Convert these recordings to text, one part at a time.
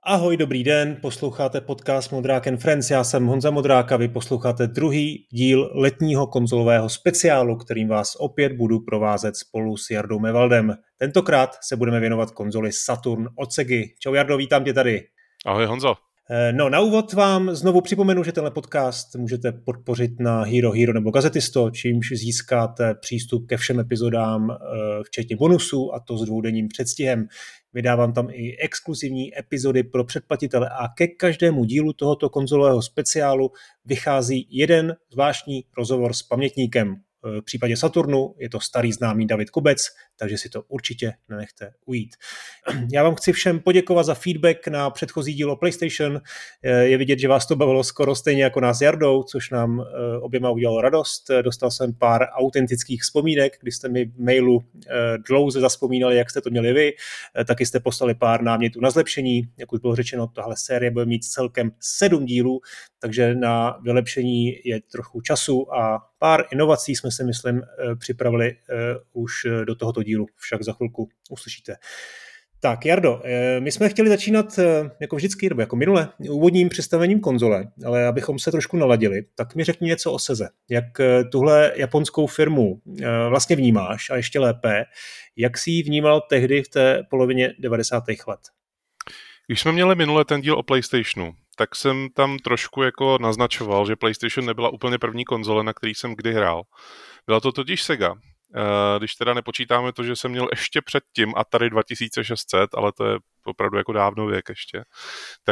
Ahoj, dobrý den, posloucháte podcast Modrák & Friends, já jsem Honza Modrák a vy posloucháte druhý díl letního konzolového speciálu, kterým vás opět budu provázet spolu s Jardou Mevaldem. Tentokrát se budeme věnovat konzoli Saturn od Segy. Čau Jardo, vítám tě tady. Ahoj Honzo. No, na úvod vám znovu připomenu, že tenhle podcast můžete podpořit na Hero Hero nebo Gazetisto, čímž získáte přístup ke všem epizodám, včetně bonusů, a to s dvoudenním předstihem. Vydávám tam i exkluzivní epizody pro předplatitele a ke každému dílu tohoto konzolového speciálu vychází jeden zvláštní rozhovor s pamětníkem. V případě Saturnu je to starý známý David Kubec, takže si to určitě nenechte ujít. Já vám chci všem poděkovat za feedback na předchozí díl o PlayStation. Je vidět, že vás to bavilo skoro stejně jako nás s Jardou, což nám oběma udělalo radost. Dostal jsem pár autentických vzpomínek, kdy jste mi v mailu dlouze zazpomínali, jak jste to měli vy. Taky jste poslali pár námětů na zlepšení. Jak už bylo řečeno, tahle série bude mít celkem 7 dílů, takže na vylepšení je trochu času a pár inovací jsme si, myslím, připravili už do tohoto dílu, však za chvilku uslyšíte. Tak, Jardo, my jsme chtěli začínat jako vždycky, nebo jako minule, úvodním představením konzole, ale abychom se trošku naladili, tak mi řekni něco o Seze. Jak tuhle japonskou firmu vlastně vnímáš a ještě lépe, jak jsi ji vnímal tehdy v té polovině 90. let? Když jsme měli minule ten díl o PlayStationu, tak jsem tam trošku jako naznačoval, že PlayStation nebyla úplně první konzole, na který jsem kdy hrál. Byla to totiž Sega. Když teda nepočítáme to, že jsem měl ještě předtím Atari 2600, ale to je opravdu jako dávno věk ještě, tak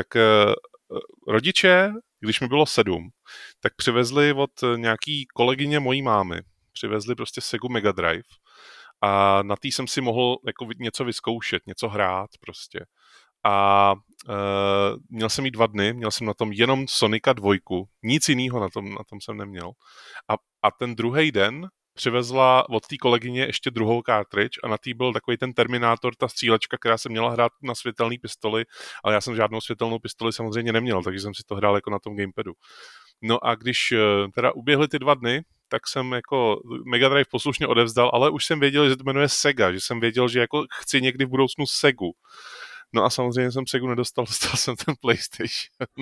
rodiče, když mi bylo 7, tak přivezli od nějaký kolegyně mojí mámy, přivezli prostě Segu Mega Drive a na tý jsem si mohl jako něco vyzkoušet, něco hrát prostě. A měl jsem jí 2 dny, měl jsem na tom jenom Sonika 2, nic jiného na tom jsem neměl. A ten druhý den přivezla od té kolegyně ještě druhou cartridge a na té byl takový ten Terminátor, ta střílečka, která se měla hrát na světelný pistoli, ale já jsem žádnou světelnou pistoli samozřejmě neměl, takže jsem si to hrál jako na tom gamepadu. No a když teda uběhly ty 2 dny, tak jsem jako Mega Drive poslušně odevzdal, ale už jsem věděl, že to jmenuje Sega, že jsem věděl, že jako chci někdy v budoucnu Segu. No a samozřejmě jsem Segu nedostal, dostal jsem ten PlayStation.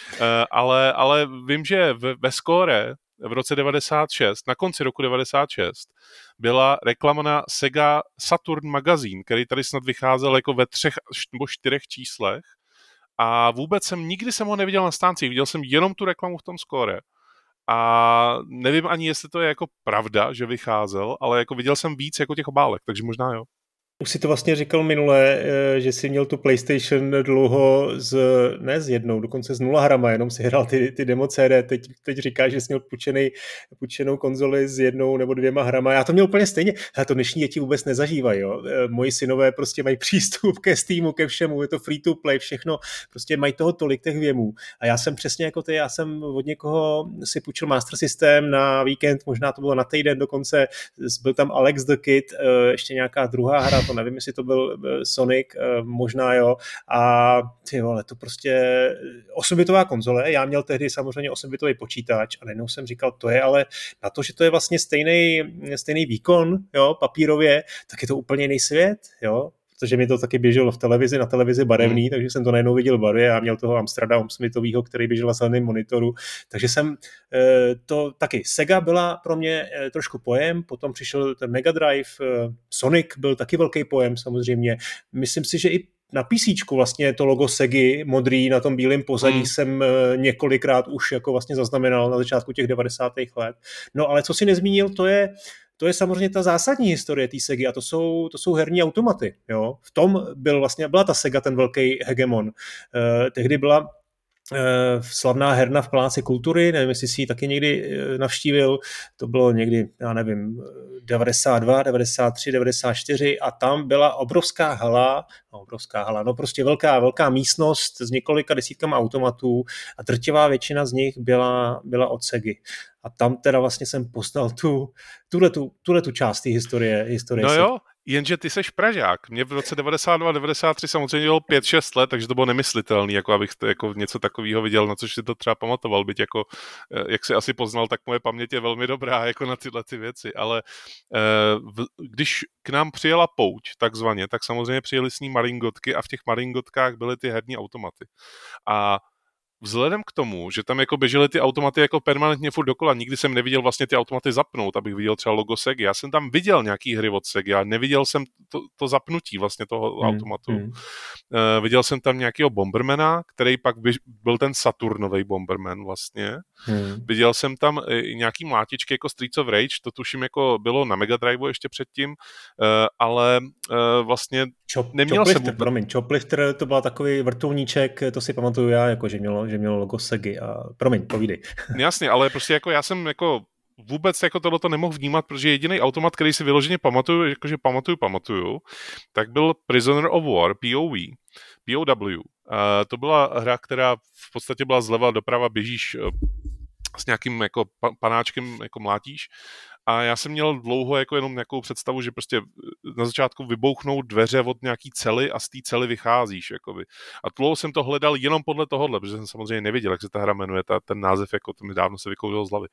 ale vím, že ve Score v roce 96, na konci roku 96, byla reklama na Sega Saturn magazín, který tady snad vycházel jako ve 3 nebo 4 číslech a vůbec nikdy jsem ho neviděl na stáncích, viděl jsem jenom tu reklamu v tom Score. A nevím ani, jestli to je jako pravda, že vycházel, ale jako viděl jsem víc jako těch obálek, takže možná jo. Už si to vlastně říkal minule, že jsi měl tu PlayStation dlouho ne s jednou, dokonce s 0 hrama, jenom si hrál ty demo CD, teď říkáš, že jsi měl půjčenou konzoli s 1 nebo 2 hrama, já to měl úplně stejně, ale to dnešní děti vůbec nezažívají, jo. Moji synové prostě mají přístup ke Steamu, ke všemu, je to free to play, všechno, prostě mají toho tolik těch věmů a já jsem přesně jako ty, já jsem od někoho si půjčil Master System na víkend, možná to bylo na týden dokonce, byl tam Alex the Kid, ještě nějaká druhá hra, to nevím, jestli to byl Sonic, možná jo, a ty vole, to prostě 8bitová konzole, já měl tehdy samozřejmě 8bitový počítač a najednou jsem říkal, to je ale na to, že to je vlastně stejný výkon, jo, papírově, tak je to úplně jiný svět, jo, protože mi to taky běželo na televizi barevný, takže jsem to najednou viděl barvě, já měl toho Amstrada 8bitovýho, který běžel na zeleném monitoru, takže jsem to taky, Sega byla pro mě trošku pojem, potom přišel ten Mega Drive, Sonic byl taky velký pojem samozřejmě, myslím si, že i na PCčku vlastně to logo Segy modrý na tom bílém pozadí jsem několikrát už jako vlastně zaznamenal na začátku těch 90. let. No ale co si nezmínil, to je samozřejmě ta zásadní historie té Segy a to jsou herní automaty. Jo? V tom byla ta Sega ten velký hegemon. Tehdy byla slavná herna v Paláci kultury, nevím, jestli si ji taky někdy navštívil, to bylo někdy, já nevím, 92, 93, 94 a tam byla obrovská hala, prostě velká místnost s několika desítkama automatů a drtivá většina z nich byla od Segy. A tam teda vlastně jsem poznal tuhletu část té historie. No jo, Jenže ty seš Pražák. Mě v roce 92, 93 samozřejmě bylo 5-6 let, takže to bylo nemyslitelný, jako abych to, jako něco takového viděl, na což si to třeba pamatoval, byť jako, jak si asi poznal, tak moje paměť je velmi dobrá jako na tyhle ty věci, ale když k nám přijela pouť, takzvaně, tak samozřejmě přijeli s ní maringotky a v těch maringotkách byly ty herní automaty. A vzhledem k tomu, že tam jako běžely ty automaty jako permanentně furt dokola, nikdy jsem neviděl vlastně ty automaty zapnout, abych viděl třeba logo Sega. Já jsem tam viděl nějaký hry od Sega, neviděl jsem to zapnutí vlastně toho automatu. Viděl jsem tam nějakého Bombermana, který pak byl ten Saturnový Bomberman vlastně. Viděl jsem tam nějaký mlátičky jako Streets of Rage, to tuším jako bylo na Mega Driveu ještě předtím, ale vlastně neměl jsem... Choplifter to byl takový vrtulníček, to si pamatuju já, jako že mělo logo Segy a promiň, povídej. Jasně, ale prostě jako já jsem jako vůbec jako tohleto nemohl vnímat, protože jediný automat, který si vyloženě pamatuju, jakože pamatuju, tak byl Prisoner of War, POW. To byla hra, která v podstatě byla zleva doprava, běžíš s nějakým jako panáčkem jako mlátíš. A já jsem měl dlouho jako jenom nějakou představu, že prostě na začátku vybouchnou dveře od nějaký cely a z té cely vycházíš. Jakoby. A dlouho jsem to hledal jenom podle tohohle, protože jsem samozřejmě nevěděl, jak se ta hra jmenuje, ten název jako to mi dávno se vykouzil z hlavy.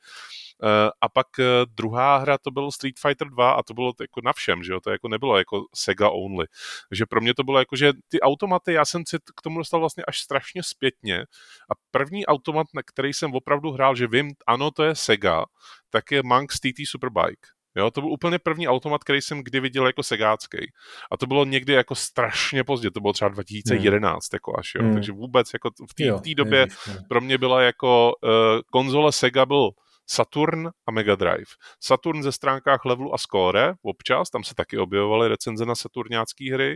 A pak druhá hra to byl Street Fighter 2 a to bylo jako na všem, že jo, to jako nebylo jako Sega only. Takže pro mě to bylo jako, že ty automaty, já jsem si k tomu dostal vlastně až strašně zpětně a první automat, na který jsem opravdu hrál, že vím, ano, to je Sega, tak je Manx TT Superbike. Jo, to byl úplně první automat, který jsem kdy viděl jako segácký. A to bylo někdy jako strašně pozdě, to bylo třeba 2011 jako až, jo. Takže vůbec jako v té době pro mě byla jako konzole Sega byl Saturn a Mega Drive. Saturn ze stránkách Levelu a Score, občas, tam se taky objevovaly recenze na saturňácký hry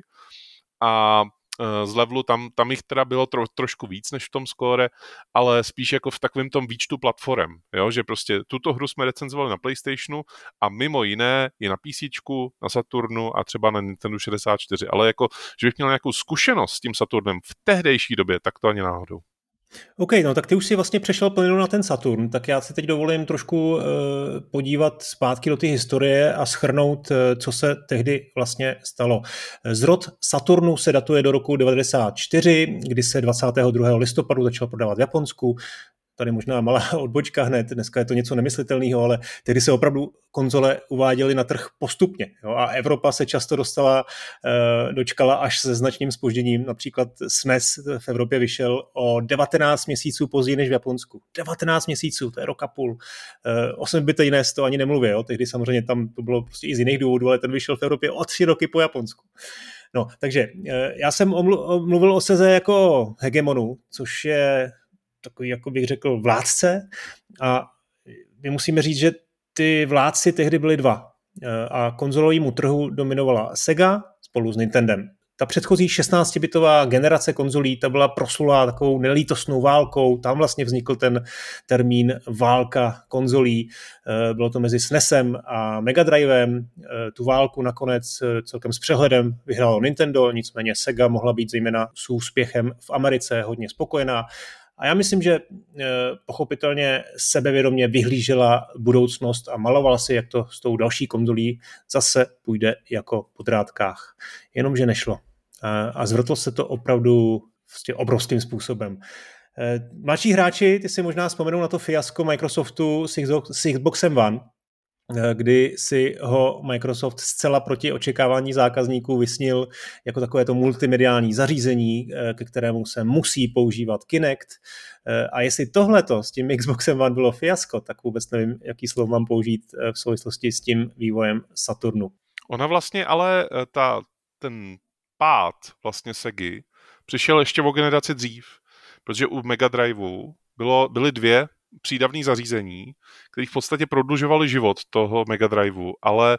a z Levelu tam jich teda bylo trošku víc než v tom Score, ale spíš jako v takovém tom výčtu platform, jo? Že prostě tuto hru jsme recenzovali na PlayStationu a mimo jiné je na PCčku, na Saturnu a třeba na Nintendo 64, ale jako, že bych měl nějakou zkušenost s tím Saturnem v tehdejší době, tak to ani náhodou. OK, no tak ty už si vlastně přešel plynule na ten Saturn, tak já si teď dovolím trošku podívat zpátky do ty historie a shrnout, co se tehdy vlastně stalo. Zrod Saturnu se datuje do roku 1994, kdy se 22. listopadu začal prodávat v Japonsku. Tady možná malá odbočka hned, dneska je to něco nemyslitelného, ale tehdy se opravdu konzole uváděly na trh postupně. Jo? A Evropa se často dočkala až se značným zpožděním. Například SNES v Evropě vyšel o 19 měsíců později než v Japonsku. 19 měsíců, to je rok a půl. 8-bitý NES to ani nemluví, jo? Tehdy samozřejmě tam to bylo prostě i z jiných důvodů, ale ten vyšel v Evropě o 3 roky po Japonsku. No, takže já jsem mluvil o Seze jako hegemonu, což je takový, jako bych řekl, vládce a my musíme říct, že ty vládci tehdy byli dva a konzolovému trhu dominovala Sega spolu s Nintendem. Ta předchozí 16-bitová generace konzolí, ta byla proslulá takovou nelítostnou válkou, tam vlastně vznikl ten termín válka konzolí, bylo to mezi SNESem a Mega Drivem, tu válku nakonec celkem s přehledem vyhrálo Nintendo, nicméně Sega mohla být zejména s úspěchem v Americe hodně spokojená. A já myslím, že pochopitelně sebevědomě vyhlížela budoucnost a malovala si, jak to s tou další konzolí zase půjde jako po drátkách. Jenomže nešlo. A zvrtlo se to opravdu vlastně obrovským způsobem. Mladší hráči, ty si možná vzpomenou na to fiasko Microsoftu s Xboxem One, kdy si ho Microsoft zcela proti očekávání zákazníků vysnil jako takové to multimediální zařízení, ke kterému se musí používat Kinect. A jestli tohleto s tím Xboxem One bylo fiasko, tak vůbec nevím, jaký slovo mám použít v souvislosti s tím vývojem Saturnu. Ona vlastně ale ten pád vlastně Segy přišel ještě o generaci dřív, protože u Mega Driveu byly dvě přídavné zařízení, které v podstatě prodlužovaly život toho Mega Driveu, ale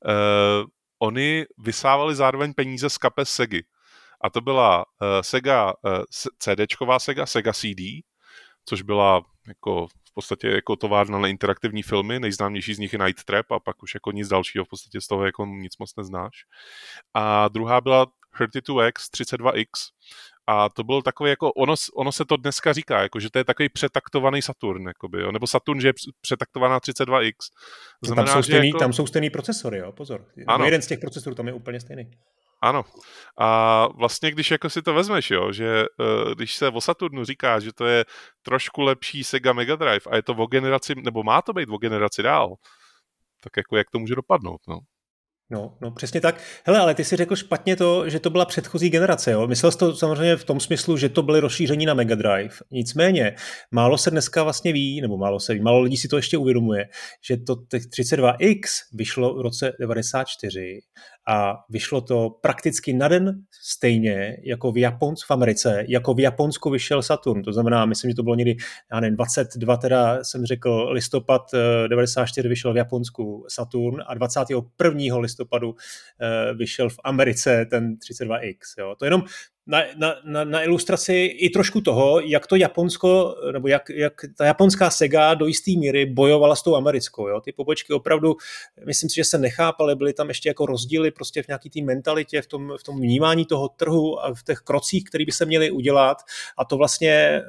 oni vysávali zároveň peníze z kapes Segy. A to byla Sega CDčková Sega CD, což byla jako v podstatě jako továrna na interaktivní filmy, nejznámější z nich je Night Trap a pak už jako nic dalšího v podstatě z toho jako nic moc neznáš. A druhá byla 32X, 32X, A to byl takový, jako ono se to dneska říká, jako, že to je takový přetaktovaný Saturn, jakoby, jo? Nebo Saturn, že je přetaktovaná 32X. Znamená, tam jsou stejný procesory, jo, pozor. Ano. Jeden z těch procesorů tam je úplně stejný. Ano. A vlastně, když jako si to vezmeš, jo, že když se o Saturnu říká, že to je trošku lepší Sega Mega Drive a je to o generaci, nebo má to být o generaci dál, tak jako jak to může dopadnout, no? No, přesně tak. Hele, ale ty si řekl špatně to, že to byla předchozí generace, jo? Myslel jsi to samozřejmě v tom smyslu, že to byly rozšíření na Mega Drive. Nicméně, málo se dneska vlastně ví, nebo málo lidí si to ještě uvědomuje, že to 32X vyšlo v roce 94 a vyšlo to prakticky na den stejně jako v Americe, jako v Japonsku vyšel Saturn. To znamená, myslím, že to bylo někdy, já nevím, 22, teda jsem řekl, listopad 94 vyšel v Japonsku Saturn a 21. listopadu vyšel v Americe ten 32X. Jo. To jenom na ilustraci i trošku toho, jak to Japonsko, nebo jak ta japonská Sega do jisté míry bojovala s tou americkou. Jo. Ty pobočky opravdu, myslím si, že se nechápaly, byly tam ještě jako rozdíly prostě v nějaký té mentalitě, v tom vnímání toho trhu a v těch krocích, které by se měly udělat, a to vlastně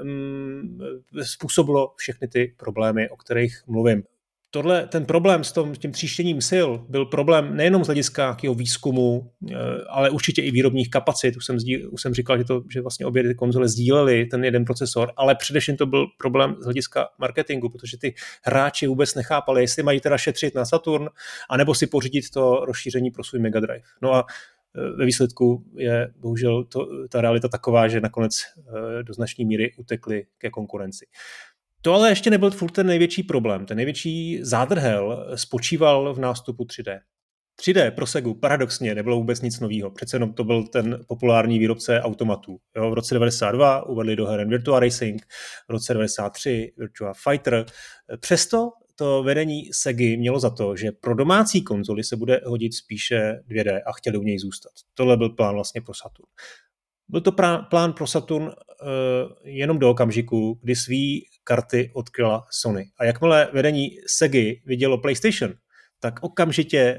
způsobilo všechny ty problémy, o kterých mluvím. Ten problém s tím tříštěním sil byl problém nejenom z hlediska nějakého výzkumu, ale určitě i výrobních kapacit. Už jsem říkal, že vlastně obě ty konzole sdílely ten jeden procesor, ale především to byl problém z hlediska marketingu, protože ty hráči vůbec nechápali, jestli mají teda šetřit na Saturn, anebo si pořídit to rozšíření pro svůj Mega Drive. No a ve výsledku je bohužel ta realita taková, že nakonec do značné míry utekli ke konkurenci. To ale ještě nebyl furt ten největší problém. Ten největší zádrhel spočíval v nástupu 3D. 3D pro Segu paradoxně nebylo vůbec nic nového. Přece jenom to byl ten populární výrobce automatů. Jo, v roce 92 uvedli do heren Virtua Racing, v roce 93 Virtua Fighter. Přesto to vedení Segy mělo za to, že pro domácí konzoli se bude hodit spíše 2D a chtěli u něj zůstat. Tohle byl plán vlastně pro Saturn. Byl to plán pro Saturn jenom do okamžiku, kdy svý karty odkryla Sony. A jakmile vedení Segy vidělo PlayStation, tak okamžitě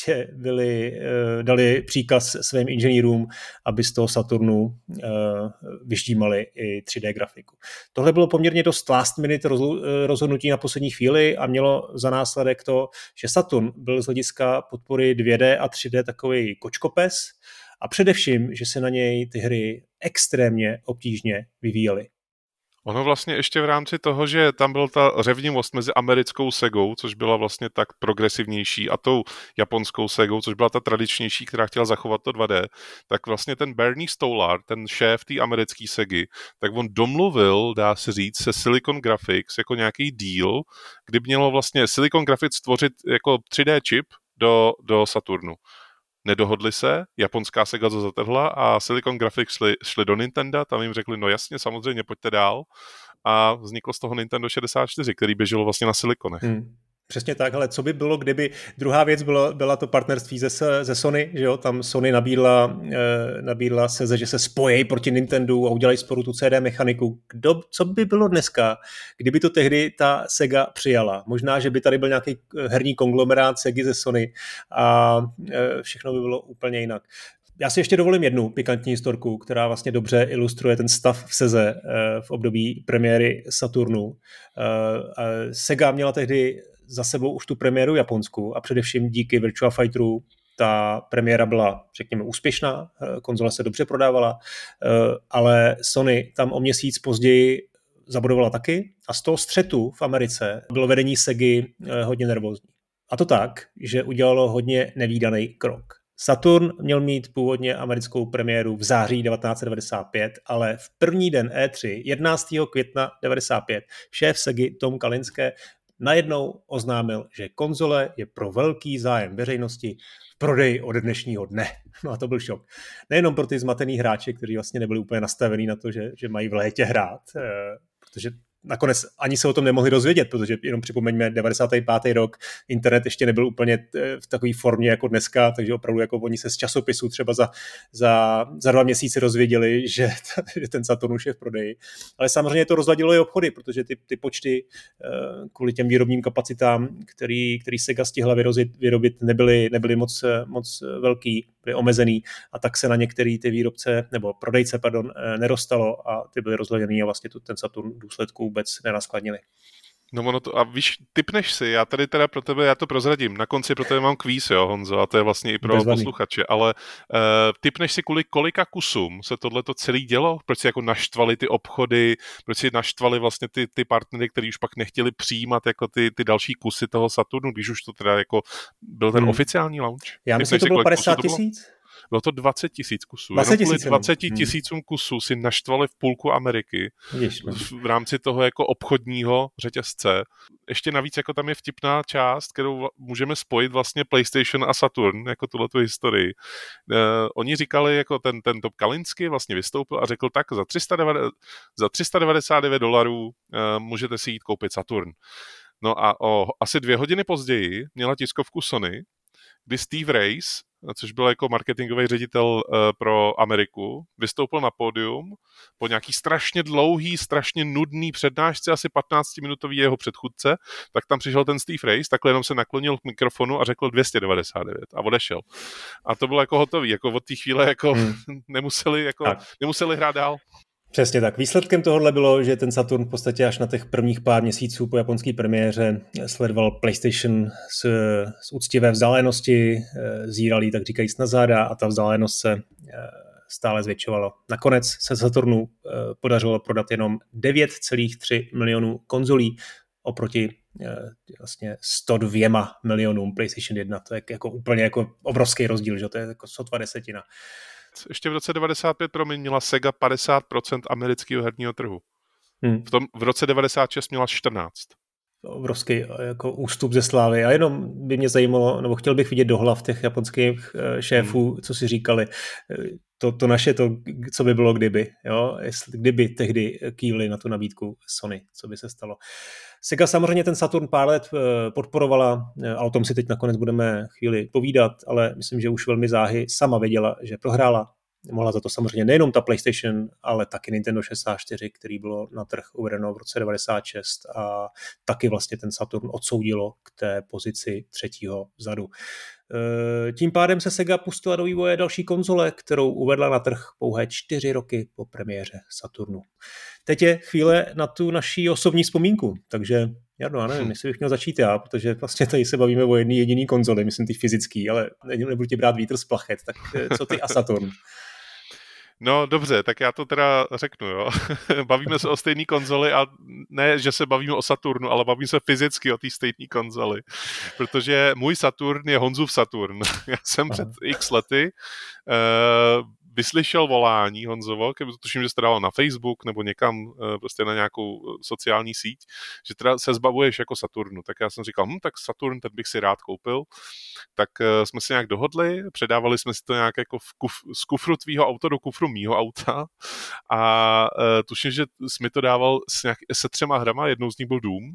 dali příkaz svým inženýrům, aby z toho Saturnu vyždímali i 3D grafiku. Tohle bylo poměrně dost last minute rozhodnutí na poslední chvíli a mělo za následek to, že Saturn byl z hlediska podpory 2D a 3D takový kočkopes, a především, že se na něj ty hry extrémně obtížně vyvíjely. Ono vlastně ještě v rámci toho, že tam byla ta řevnivost mezi americkou Segou, což byla vlastně tak progresivnější, a tou japonskou Segou, což byla ta tradičnější, která chtěla zachovat to 2D, tak vlastně ten Bernie Stolar, ten šéf té americké Segy, tak on domluvil, dá se říct, se Silicon Graphics jako nějaký deal, kdy mělo vlastně Silicon Graphics stvořit jako 3D čip do Saturnu. Nedohodli se, japonská Sega to zatrhla a Silicon Graphics šli do Nintendo, tam jim řekli, no jasně, samozřejmě, pojďte dál, a vzniklo z toho Nintendo 64, který běželo vlastně na silikonech. Přesně tak, ale co by bylo, kdyby... Druhá věc byla to partnerství ze Sony, že jo, tam Sony nabídla se, že se spojí proti Nintendo a udělají spolu tu CD mechaniku. Co by bylo dneska, kdyby to tehdy ta Sega přijala? Možná, že by tady byl nějaký herní konglomerát Segy ze Sony a všechno by bylo úplně jinak. Já si ještě dovolím jednu pikantní historku, která vlastně dobře ilustruje ten stav v Seze v období premiéry Saturnu. Sega měla tehdy za sebou už tu premiéru v Japonsku a především díky Virtua Fighteru ta premiéra byla, řekněme, úspěšná, konzole se dobře prodávala, ale Sony tam o měsíc později zabudovala taky a z toho střetu v Americe bylo vedení Segy hodně nervózní. A to tak, že udělalo hodně nevídaný krok. Saturn měl mít původně americkou premiéru v září 1995, ale v první den E3, 11. května 1995, šéf Segy Tom Kalinske najednou oznámil, že konzole je pro velký zájem veřejnosti v prodeji od dnešního dne. No a to byl šok. Nejenom pro ty zmatený hráče, kteří vlastně nebyli úplně nastavení na to, že mají v létě hrát, protože nakonec ani se o tom nemohli dozvědět, protože jenom připomeňme 95. rok, internet ještě nebyl úplně v takové formě jako dneska, takže opravdu jako oni se z časopisu třeba za 2 měsíce dozvěděli, že ten Saturn už je v prodeji. Ale samozřejmě to rozladilo i obchody, protože ty počty kvůli těm výrobním kapacitám, který Sega stihla vyrobit, nebyly moc velký. byly omezený a tak se na některý ty výrobce, nebo prodejce, pardon, nedostalo a ty byly rozložený a vlastně ten Saturn v důsledku vůbec nenaskladnili. No ono to, a víš, typneš si, já tady teda pro tebe, já to prozradím, na konci pro tebe mám kvíz, jo, Honzo, a to je vlastně i pro posluchače, ale typneš si, kvůli kolika kusům se tohleto celý dělo? Proč si jako naštvali ty obchody, proč si naštvali vlastně ty partnery, kteří už pak nechtěli přijímat jako ty další kusy toho Saturnu, když už to teda jako byl ten oficiální launch? Já myslím, že to bylo 50 000. Bylo to 20 000 kusů. 20 000, kvůli 20 000 kusů si naštvali v půlku Ameriky v rámci toho jako obchodního řetězce. Ještě navíc jako tam je vtipná část, kterou můžeme spojit vlastně PlayStation a Saturn, jako tuhletu historii. Oni říkali, jako ten Tom Kalinski vlastně vystoupil a řekl tak, za $399 můžete si jít koupit Saturn. No a o asi 2 hodiny později měla tiskovku Sony, kdy Steve Race, což byl jako marketingový ředitel pro Ameriku, vystoupil na pódium po nějaký strašně dlouhý, strašně nudný přednášce, asi 15-minutový jeho předchůdce, tak tam přišel ten Steve Race, takhle jenom se naklonil k mikrofonu a řekl 299 a odešel. A to bylo jako hotový, jako od té chvíle jako nemuseli hrát dál. Přesně tak. Výsledkem tohohle bylo, že ten Saturn v podstatě až na těch prvních pár měsíců po japonské premiéře sledoval PlayStation z úctivé vzdálenosti, zírali tak říkajíc na záda a ta vzdálenost se stále zvětšovala. Nakonec se Saturnu podařilo prodat jenom 9,3 milionů konzolí oproti vlastně 102 milionům PlayStation 1. To je jako úplně jako obrovský rozdíl, že to je jako sotva desetina. Ještě v roce 95 měla Sega 50% amerického herního trhu. V roce 96 měla 14%. Obrovský jako ústup ze slávy. A jenom by mě zajímalo, nebo chtěl bych vidět do hlav těch japonských šéfů, co si říkali. To naše, co by bylo kdyby. Jo? Kdyby tehdy kývli na tu nabídku Sony, co by se stalo. Sega samozřejmě ten Saturn pár let podporovala a o tom si teď nakonec budeme chvíli povídat, ale myslím, že už velmi záhy sama věděla, že prohrála. Mohla za to samozřejmě nejenom ta PlayStation, ale taky Nintendo 64, který bylo na trh uvedeno v roce 96 a taky vlastně ten Saturn odsoudilo k té pozici třetího vzadu. Tím pádem se Sega pustila do vývoje další konzole, kterou uvedla na trh pouhé 4 roky po premiéře Saturnu. Teď je chvíle na tu naší osobní vzpomínku, takže Jarno, já nevím, jestli bych měl začít já, protože vlastně tady se bavíme o jedné jediný konzoli, myslím ty fyzický, ale nebudu ti brát vítr z plachet, tak co ty a Saturn? No dobře, tak já to teda řeknu, jo. Bavíme se o stejné konzoli a ne, že se bavíme o Saturnu, ale bavíme se fyzicky o té stejné konzoli. Protože můj Saturn je Honzův Saturn. Já jsem před x lety vyslyšel volání Honzovo, tuším, že jsi to dával na Facebook nebo někam prostě na nějakou sociální síť, že teda se zbavuješ jako Saturnu. Tak já jsem říkal, tak Saturn, ten bych si rád koupil. Tak jsme se nějak dohodli, předávali jsme si to nějak jako z kufru tvýho auta do kufru mýho auta a tuším, že jsi mi to dával se 3 hrama, jednou z nich byl Doom,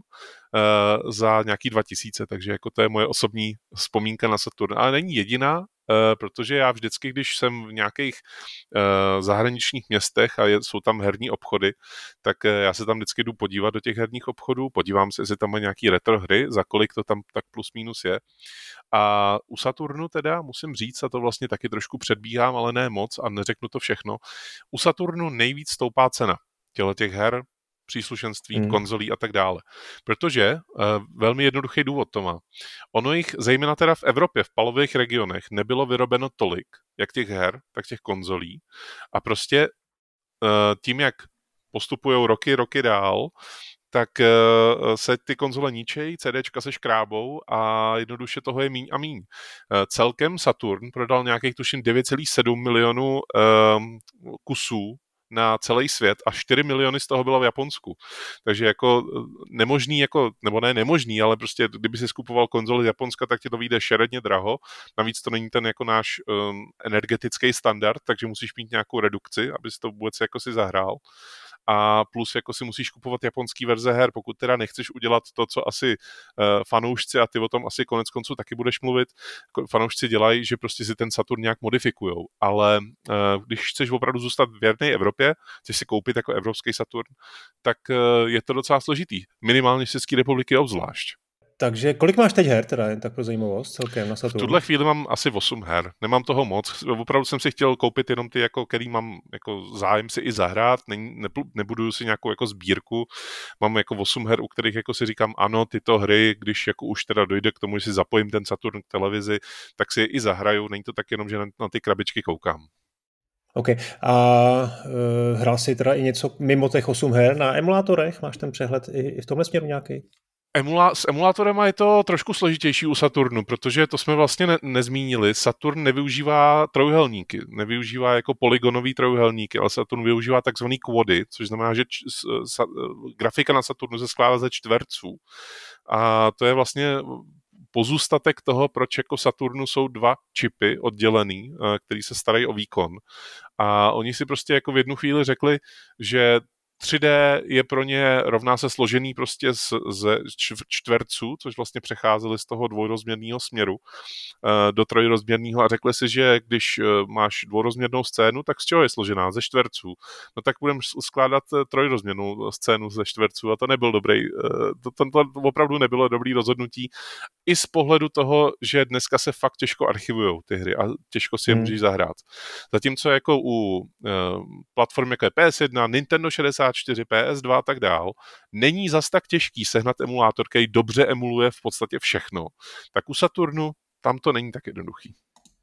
za nějaký 2000, takže jako to je moje osobní vzpomínka na Saturn. Ale není jediná, protože já vždycky, když jsem v nějakých zahraničních městech a jsou tam herní obchody, tak já se tam vždycky jdu podívat do těch herních obchodů, podívám se, jestli tam má nějaký retro hry, za kolik to tam tak plus minus je. A u Saturnu teda musím říct, a to vlastně taky trošku předbíhám, ale ne moc a neřeknu to všechno, u Saturnu nejvíc stoupá cena těch her, příslušenství, konzolí a tak dále. Protože velmi jednoduchý důvod to má. Ono jich, zejména teda v Evropě, v palových regionech, nebylo vyrobeno tolik, jak těch her, tak těch konzolí. A prostě tím, jak postupují roky dál, tak se ty konzole ničejí, CDčka se škrábou a jednoduše toho je míň a míň. Celkem Saturn prodal nějakých tuším 9,7 milionů kusů na celý svět a 4 miliony z toho bylo v Japonsku. Takže jako nemožný, jako, nebo ne nemožný, ale prostě kdyby si skupoval konzoli z Japonska, tak ti to vyjde šeredně draho. Navíc to není ten jako náš energetický standard, takže musíš mít nějakou redukci, abys to vůbec jako si zahrál. A plus jako si musíš kupovat japonský verze her, pokud teda nechceš udělat to, co asi fanoušci, a ty o tom asi konec konců taky budeš mluvit, fanoušci dělají, že prostě si ten Saturn nějak modifikujou, ale když chceš opravdu zůstat věrnej Evropě, chceš si koupit jako evropský Saturn, tak je to docela složitý, minimálně z České republiky obzvlášť. Takže kolik máš teď her, teda jen tak pro zajímavost celkem na V Saturn? tuhle chvíli mám asi 8 her. Nemám toho moc. Opravdu jsem si chtěl koupit jenom ty, jako, který mám jako zájem si i zahrát. Nebuduju si nějakou jako sbírku. Mám jako 8 her, u kterých jako si říkám, ano, tyto hry, když jako už teda dojde k tomu, že si zapojím ten Saturn k televizi, tak si je i zahraju. Není to tak jenom, že na ty krabičky koukám. OK. A hrál jsi teda i něco mimo těch 8 her na emulátorech? Máš ten přehled i v tomhle směru nějaký? S emulátorem je to trošku složitější u Saturnu, protože to jsme vlastně nezmínili. Saturn nevyužívá trojúhelníky, nevyužívá jako polygonový trojúhelníky, ale Saturn využívá takzvaný quady, což znamená, že grafika na Saturnu se skládá ze čtverců. A to je vlastně pozůstatek toho, proč jako Saturnu jsou 2 čipy oddělený, který se starají o výkon. A oni si prostě jako v jednu chvíli řekli, že 3D je pro ně rovná se složený prostě ze čtverců, což vlastně přecházeli z toho dvojrozměrného směru do trojrozměrného a řekli si, že když máš dvourozměrnou scénu, tak z čeho je složená? Ze čtverců. No tak budeme skládat trojrozměrnou scénu ze čtverců a to nebyl dobrý, to opravdu nebylo dobrý rozhodnutí i z pohledu toho, že dneska se fakt těžko archivujou ty hry a těžko si je můžeš zahrát. Zatímco jako u platform jako je PS1, Nintendo 64, PS2 a tak dál, není zas tak těžký sehnat emulátor, který dobře emuluje v podstatě všechno. Tak u Saturnu tam to není tak jednoduchý.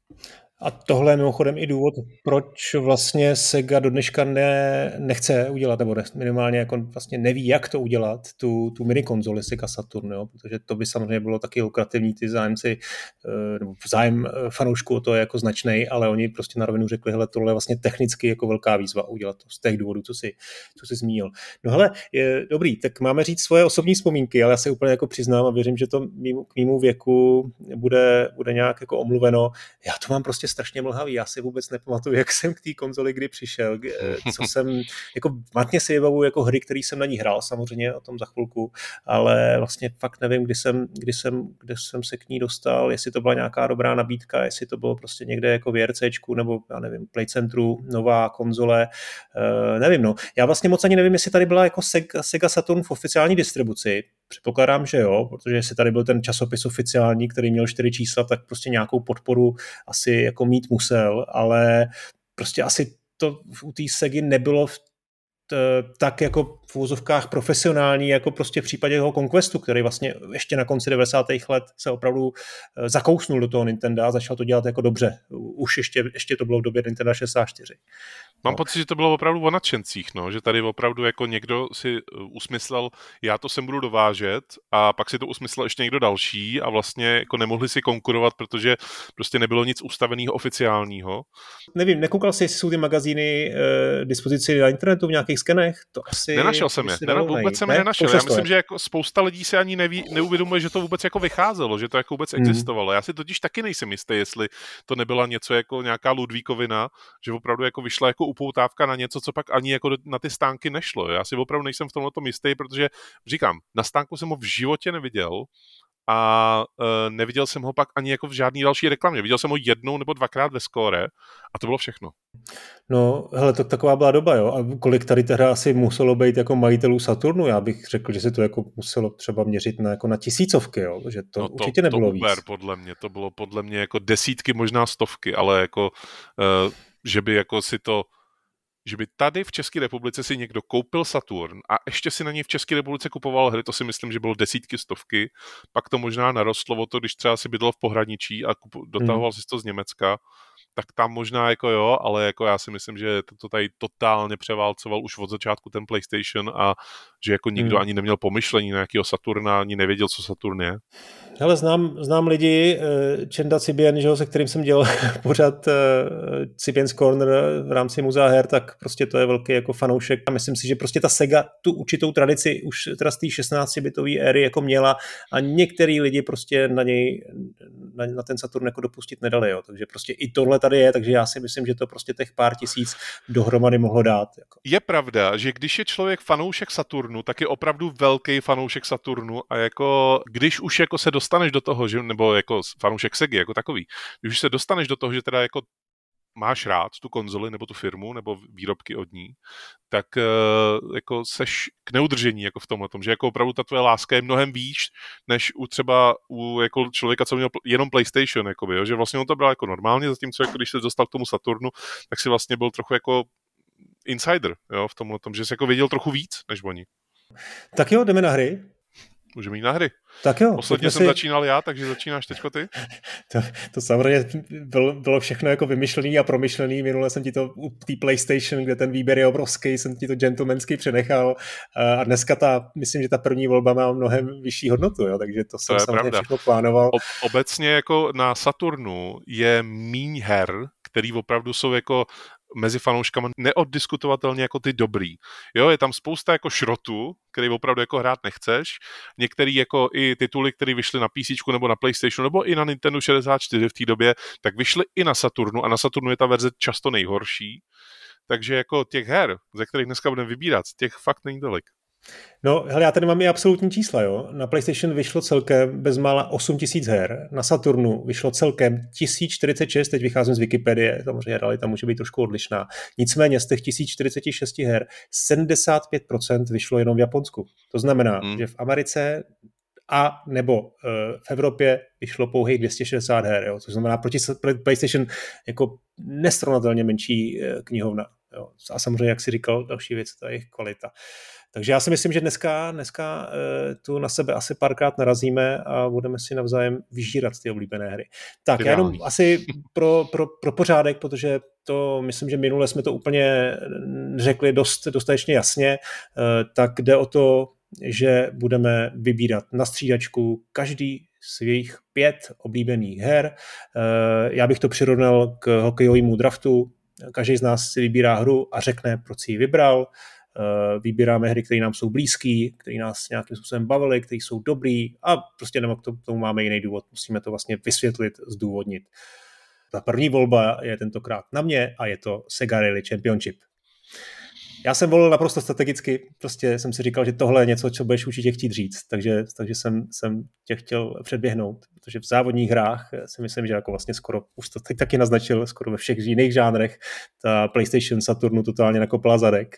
A tohle je mimochodem i důvod, proč vlastně Sega do dneška nechce udělat, nebo minimálně jako vlastně neví, jak to udělat, tu minikonzoli Sega Saturn, jo? Protože to by samozřejmě bylo taky lukrativní, ty zájemci, nebo zájem fanoušků o to je jako značnej, ale oni prostě na rovinu řekli, hele, tohle je vlastně technicky jako velká výzva udělat to z těch důvodů, co si zmínil. No hele, dobrý, tak máme říct svoje osobní vzpomínky, ale já se úplně jako přiznám a věřím, že to k mému věku bude nějak jako omluveno. Já to mám prostě strašně mlhavý, já si vůbec nepamatuju, jak jsem k té konzoli kdy přišel, co jsem, jako matně si vybavuju jako hry, který jsem na ní hrál, samozřejmě o tom za chvilku, ale vlastně fakt nevím, kde jsem se k ní dostal, jestli to byla nějaká dobrá nabídka, jestli to bylo prostě někde jako v RCčku, nebo já nevím, Play Centru, nová konzole, nevím, no. Já vlastně moc ani nevím, jestli tady byla jako Sega Saturn v oficiální distribuci. Předpokládám, že jo, protože jestli tady byl ten časopis oficiální, který měl 4 čísla, tak prostě nějakou podporu asi jako mít musel, ale prostě asi to u té Segy nebylo tak jako v úvozovkách profesionální, jako prostě v případě jeho Conquestu, který vlastně ještě na konci 90. let se opravdu zakousnul do toho Nintendo a začal to dělat jako dobře. Už ještě to bylo v době Nintendo 64. Mám pocit, že to bylo opravdu o nadšencích, no, že tady opravdu jako někdo si usmyslel, já to sem budu dovážet a pak si to usmyslel ještě někdo další a vlastně jako nemohli si konkurovat, protože prostě nebylo nic ustaveného oficiálního. Nevím, nekoukal jsi, jestli jsou ty magazíny dispozici na internetu v nějakých skenech? To asi nenašel jsem je, vůbec jsem je nenašel. Já myslím, že jako spousta lidí se ani neuvědomuje, že to vůbec jako vycházelo, že to jako vůbec existovalo. Já si totiž taky nejsem jistý, jestli to nebyla něco jako nějaká Ludvíkovina, že opravdu jako vyšla jako upoutávka na něco, co pak ani jako na ty stánky nešlo. Já si opravdu nejsem v tomhletom jistý, protože říkám, na stánku jsem ho v životě neviděl a neviděl jsem ho pak ani jako v žádný další reklamě. Viděl jsem ho 1 nebo 2krát ve skóre a to bylo všechno. No, hele, to taková byla doba, jo. A kolik tady teda asi muselo být jako majitelů Saturnu? Já bych řekl, že se to jako muselo třeba měřit na tisícovky, jo. Že to určitě nebylo víc. Podle mě. To bylo podle mě jako desítky, možná stovky, ale jako, že by jako si to že by tady v České republice si někdo koupil Saturn a ještě si na něj v České republice kupoval hry, to si myslím, že bylo desítky, stovky, pak to možná narostlo o to, když třeba si bydlel v pohraničí a dotahoval si to z Německa, tak tam možná jako jo, ale jako já si myslím, že to tady totálně převálcoval už od začátku ten PlayStation a že jako nikdo ani neměl pomyšlení na nějakého Saturna, ani nevěděl, co Saturn je. Hele, znám lidi, Čenda Cibien, že, se kterým jsem dělal pořád Cibien's Corner v rámci muzea her, tak prostě to je velký jako fanoušek a myslím si, že prostě ta Sega tu určitou tradici už teda z té 16-bitové éry jako měla a některý lidi prostě na ten Saturn jako dopustit nedali, jo. Takže prostě i tohle tady je, takže já si myslím, že to prostě těch pár tisíc dohromady mohlo dát. Jako. Je pravda, že když je člověk fanoušek Saturnu, tak je opravdu velký fanoušek Saturnu a jako když už jako se dostaneš do toho, že, nebo jako fanoušek Segy jako takový, když už se dostaneš do toho, že teda jako máš rád tu konzoli nebo tu firmu nebo výrobky od ní, tak jako seš k neudržení jako v tomhletom, že jako opravdu ta tvoje láska je mnohem výš, než třeba u jako člověka, co měl jenom PlayStation, jakoby, jo? Že vlastně on to bral jako normálně, zatímco jako když se dostal k tomu Saturnu, tak si vlastně byl trochu jako insider, jo, v tomhletom, že jsi jako věděl trochu víc, než oni. Tak jo, jdeme na hry. Můžeme jít na hry. Tak jo. Posledně jsem začínal já, takže začínáš teďko ty? To samozřejmě bylo všechno jako vymyšlený a promyšlený. Minule jsem ti to u té PlayStation, kde ten výběr je obrovský, jsem ti to gentlemansky přenechal a dneska myslím, že ta první volba má mnohem vyšší hodnotu, jo, takže to jsem samozřejmě všechno plánoval. Obecně jako na Saturnu je míň her, který opravdu jsou jako mezi fanouškama neoddiskutovatelně jako ty dobrý. Jo, je tam spousta jako šrotu, který opravdu jako hrát nechceš. Některý jako i tituly, které vyšly na PC nebo na PlayStation nebo i na Nintendo 64 v té době, tak vyšly i na Saturnu a na Saturnu je ta verze často nejhorší. Takže jako těch her, ze kterých dneska budeme vybírat, těch fakt není tolik. No, hele, já tady mám i absolutní čísla, jo. Na PlayStation vyšlo celkem bezmála 8000 her, na Saturnu vyšlo celkem 1046, teď vycházím z Wikipedie, samozřejmě realita může být trošku odlišná. Nicméně z těch 1046 her 75% vyšlo jenom v Japonsku. To znamená, že v Americe a nebo v Evropě vyšlo pouhých 260 her, jo. Což znamená proti PlayStation jako nesrovnatelně menší knihovna. Jo. A samozřejmě, jak si říkal, další věc, to je jejich kvalita. Takže já si myslím, že dneska tu na sebe asi párkrát narazíme a budeme si navzájem vyžírat ty oblíbené hry. Tak já jenom asi pro pořádek, protože to myslím, že minule jsme to úplně řekli dostatečně jasně, tak jde o to, že budeme vybírat na střídačku každý svých 5 oblíbených her. Já bych to přirovnal k hokejovému draftu. Každý z nás si vybírá hru a řekne, proč si ji vybral. Vybíráme hry, které nám jsou blízký, které nás nějakým způsobem bavily, které jsou dobrý a prostě k tomu máme jiný důvod. Musíme to vlastně vysvětlit, zdůvodnit. Ta první volba je tentokrát na mě a je to Sega Rally Championship. Já jsem volil naprosto strategicky, prostě jsem si říkal, že tohle je něco, co budeš určitě chtít říct, takže jsem tě chtěl předběhnout, protože v závodních hrách si myslím, že jako vlastně skoro, už to teď taky naznačil, skoro ve všech jiných žánrech, ta PlayStation Saturnu totálně nakopla zadek.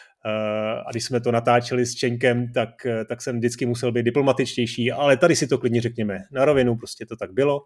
A když jsme to natáčeli s Čenkem, tak jsem vždycky musel být diplomatičtější, ale tady si to klidně řekněme na rovinu, prostě to tak bylo.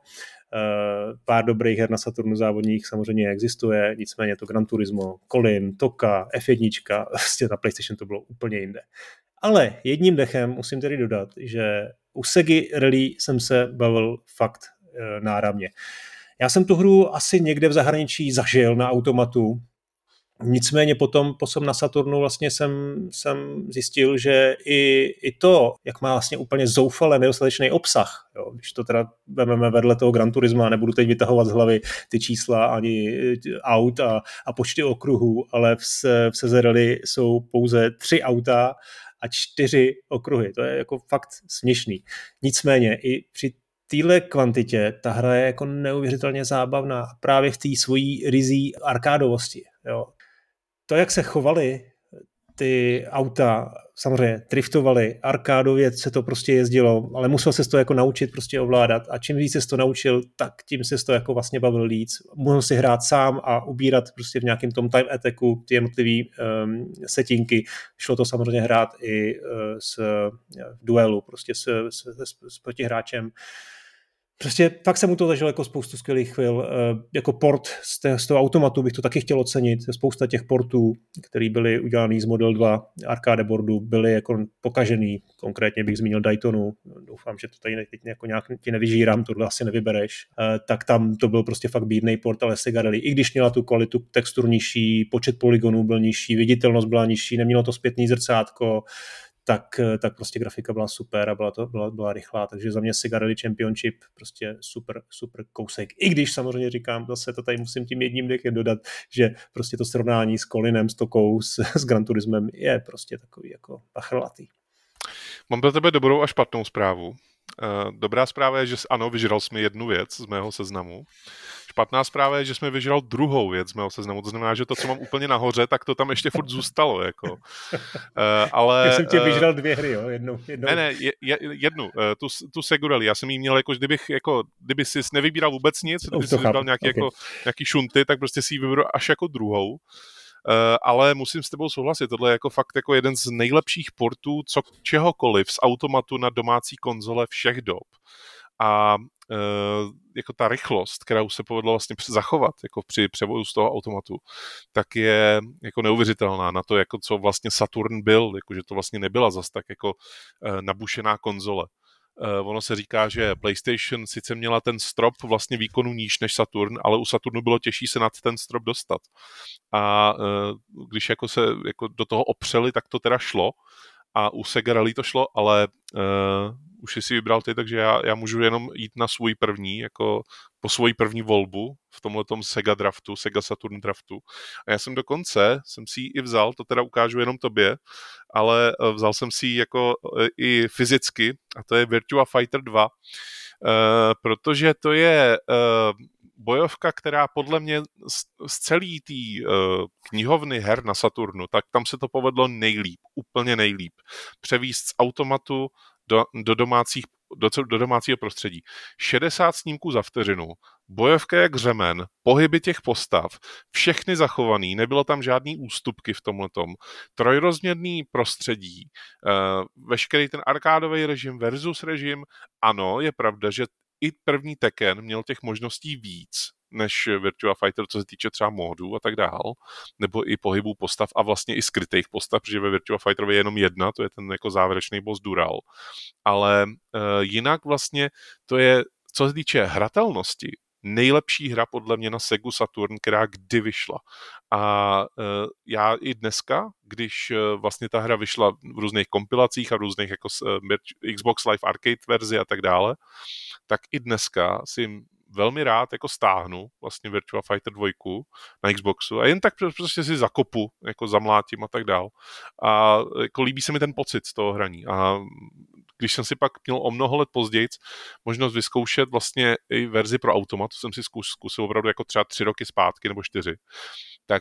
Pár dobrých her na Saturnu závodních samozřejmě existuje, nicméně to Gran Turismo, Colin, Toka, F1, prostě na PlayStation to bylo úplně jinde. Ale jedním dechem musím tedy dodat, že u Segy Rally jsem se bavil fakt náramně. Já jsem tu hru asi někde v zahraničí zažil na automatu, nicméně potom na Saturnu vlastně jsem zjistil, že i to, jak má vlastně úplně zoufale nedostatečný obsah, jo, když to teda vezmeme vedle toho Gran Turisma, nebudu teď vytahovat z hlavy ty čísla ani aut a počty okruhů, ale v Sega Rally jsou pouze 3 auta a 4 okruhy. To je jako fakt směšný. Nicméně i při téhle kvantitě ta hra je jako neuvěřitelně zábavná právě v té svojí ryzí arkádovosti. Jo. To, jak se chovaly ty auta, samozřejmě driftovaly, arkádově se to prostě jezdilo, ale musel se to jako naučit prostě ovládat a čím víc se to naučil, tak tím se to jako vlastně bavil víc. Mohl si hrát sám a ubírat prostě v nějakém tom time attacku ty jednotlivý settingy. Šlo to samozřejmě hrát i v duelu prostě s protihráčem. Prostě fakt jsem mu to zažil jako spoustu skvělých chvil. Jako port z toho automatu bych to taky chtěl ocenit. Spousta těch portů, které byly udělané z Model 2 arcade boardu, byly jako pokažený. Konkrétně bych zmínil Daytonu. Doufám, že to tady teď jako nějak ti nevyžírám, tohle asi nevybereš. Tak tam to byl prostě fakt bídnej port, ale Sega Rally, i když měla tu kvalitu textur nižší, počet polygonů byl nižší, viditelnost byla nižší, nemělo to zpětný zrcátko, tak prostě grafika byla super a byla rychlá, takže za mě Sega Rally Championship prostě super kousek. I když samozřejmě říkám, zase to tady musím tím jedním dechem dodat, že prostě to srovnání s Colinem, s Tokou, s Gran Turismem je prostě takový jako pachrlatý. Mám pro tebe dobrou a špatnou zprávu. Dobrá zpráva je, že ano, vyžral jsi mi jednu věc z mého seznamu. špatná zpráva je, že jsme vyžral druhou věc z mého seznamu, to znamená, že to, co mám úplně nahoře, tak to tam ještě furt zůstalo, jako. Já Ale... jsem tě vyžral 2 hry, jo, jednou. Ne, jednu, tu Segu Rally, já jsem jí měl, jako, kdyby jsi nevybíral vůbec nic, kdyby si vybral nějaký šunty, tak prostě si ji vyberu až jako druhou. Ale musím s tebou souhlasit, tohle je jako fakt jako jeden z nejlepších portů čehokoliv z automatu na domácí konzole všech dob. A jako ta rychlost, kterou se povedlo vlastně zachovat jako při převodu z toho automatu, tak je jako neuvěřitelná na to, jako co vlastně Saturn byl, jako že to vlastně nebyla zas tak jako nabušená konzole. Ono se říká, že PlayStation sice měla ten strop vlastně výkonu níž než Saturn, ale u Saturnu bylo těžší se nad ten strop dostat. A když jako se jako do toho opřeli, tak to teda šlo. A u Sega Rally to šlo, ale už jsi vybral ty, takže já můžu jenom jít na svůj první, jako po svoji první volbu v tomhletom Sega draftu, Sega Saturn draftu. A já jsem si ji i vzal, to teda ukážu jenom tobě, ale vzal jsem si ji jako i fyzicky, a to je Virtua Fighter 2, protože to je bojovka, která podle mě z celý té knihovny her na Saturnu, tak tam se to povedlo nejlíp, úplně nejlíp. Převíst z automatu do domácího prostředí. 60 snímků za vteřinu, bojovka jak řemen, pohyby těch postav, všechny zachovaný, nebylo tam žádný ústupky v tomhletom, trojrozměrný prostředí, veškerý ten arkádový režim versus režim, ano, je pravda, že i první Tekken měl těch možností víc než Virtua Fighter, co se týče třeba módů a tak dál, nebo i pohybů postav a vlastně i skrytých postav, protože ve Virtua Fighterovi je jenom jedna, to je ten jako závěrečný boss Dural. Ale jinak vlastně to je, co se týče hratelnosti, nejlepší hra podle mě na Segu Saturn, která kdy vyšla. A já i dneska, když vlastně ta hra vyšla v různých kompilacích a v různých jako Xbox Live Arcade verzi a tak dále, tak i dneska si velmi rád jako stáhnu vlastně Virtua Fighter 2 na Xboxu a jen tak prostě si zakopu, jako zamlátím a tak dál. A jako líbí se mi ten pocit z toho hraní. A když jsem si pak měl o mnoho let později možnost vyzkoušet vlastně i verzi pro automat, to jsem si zkusil opravdu jako třeba 3 roky zpátky nebo 4, tak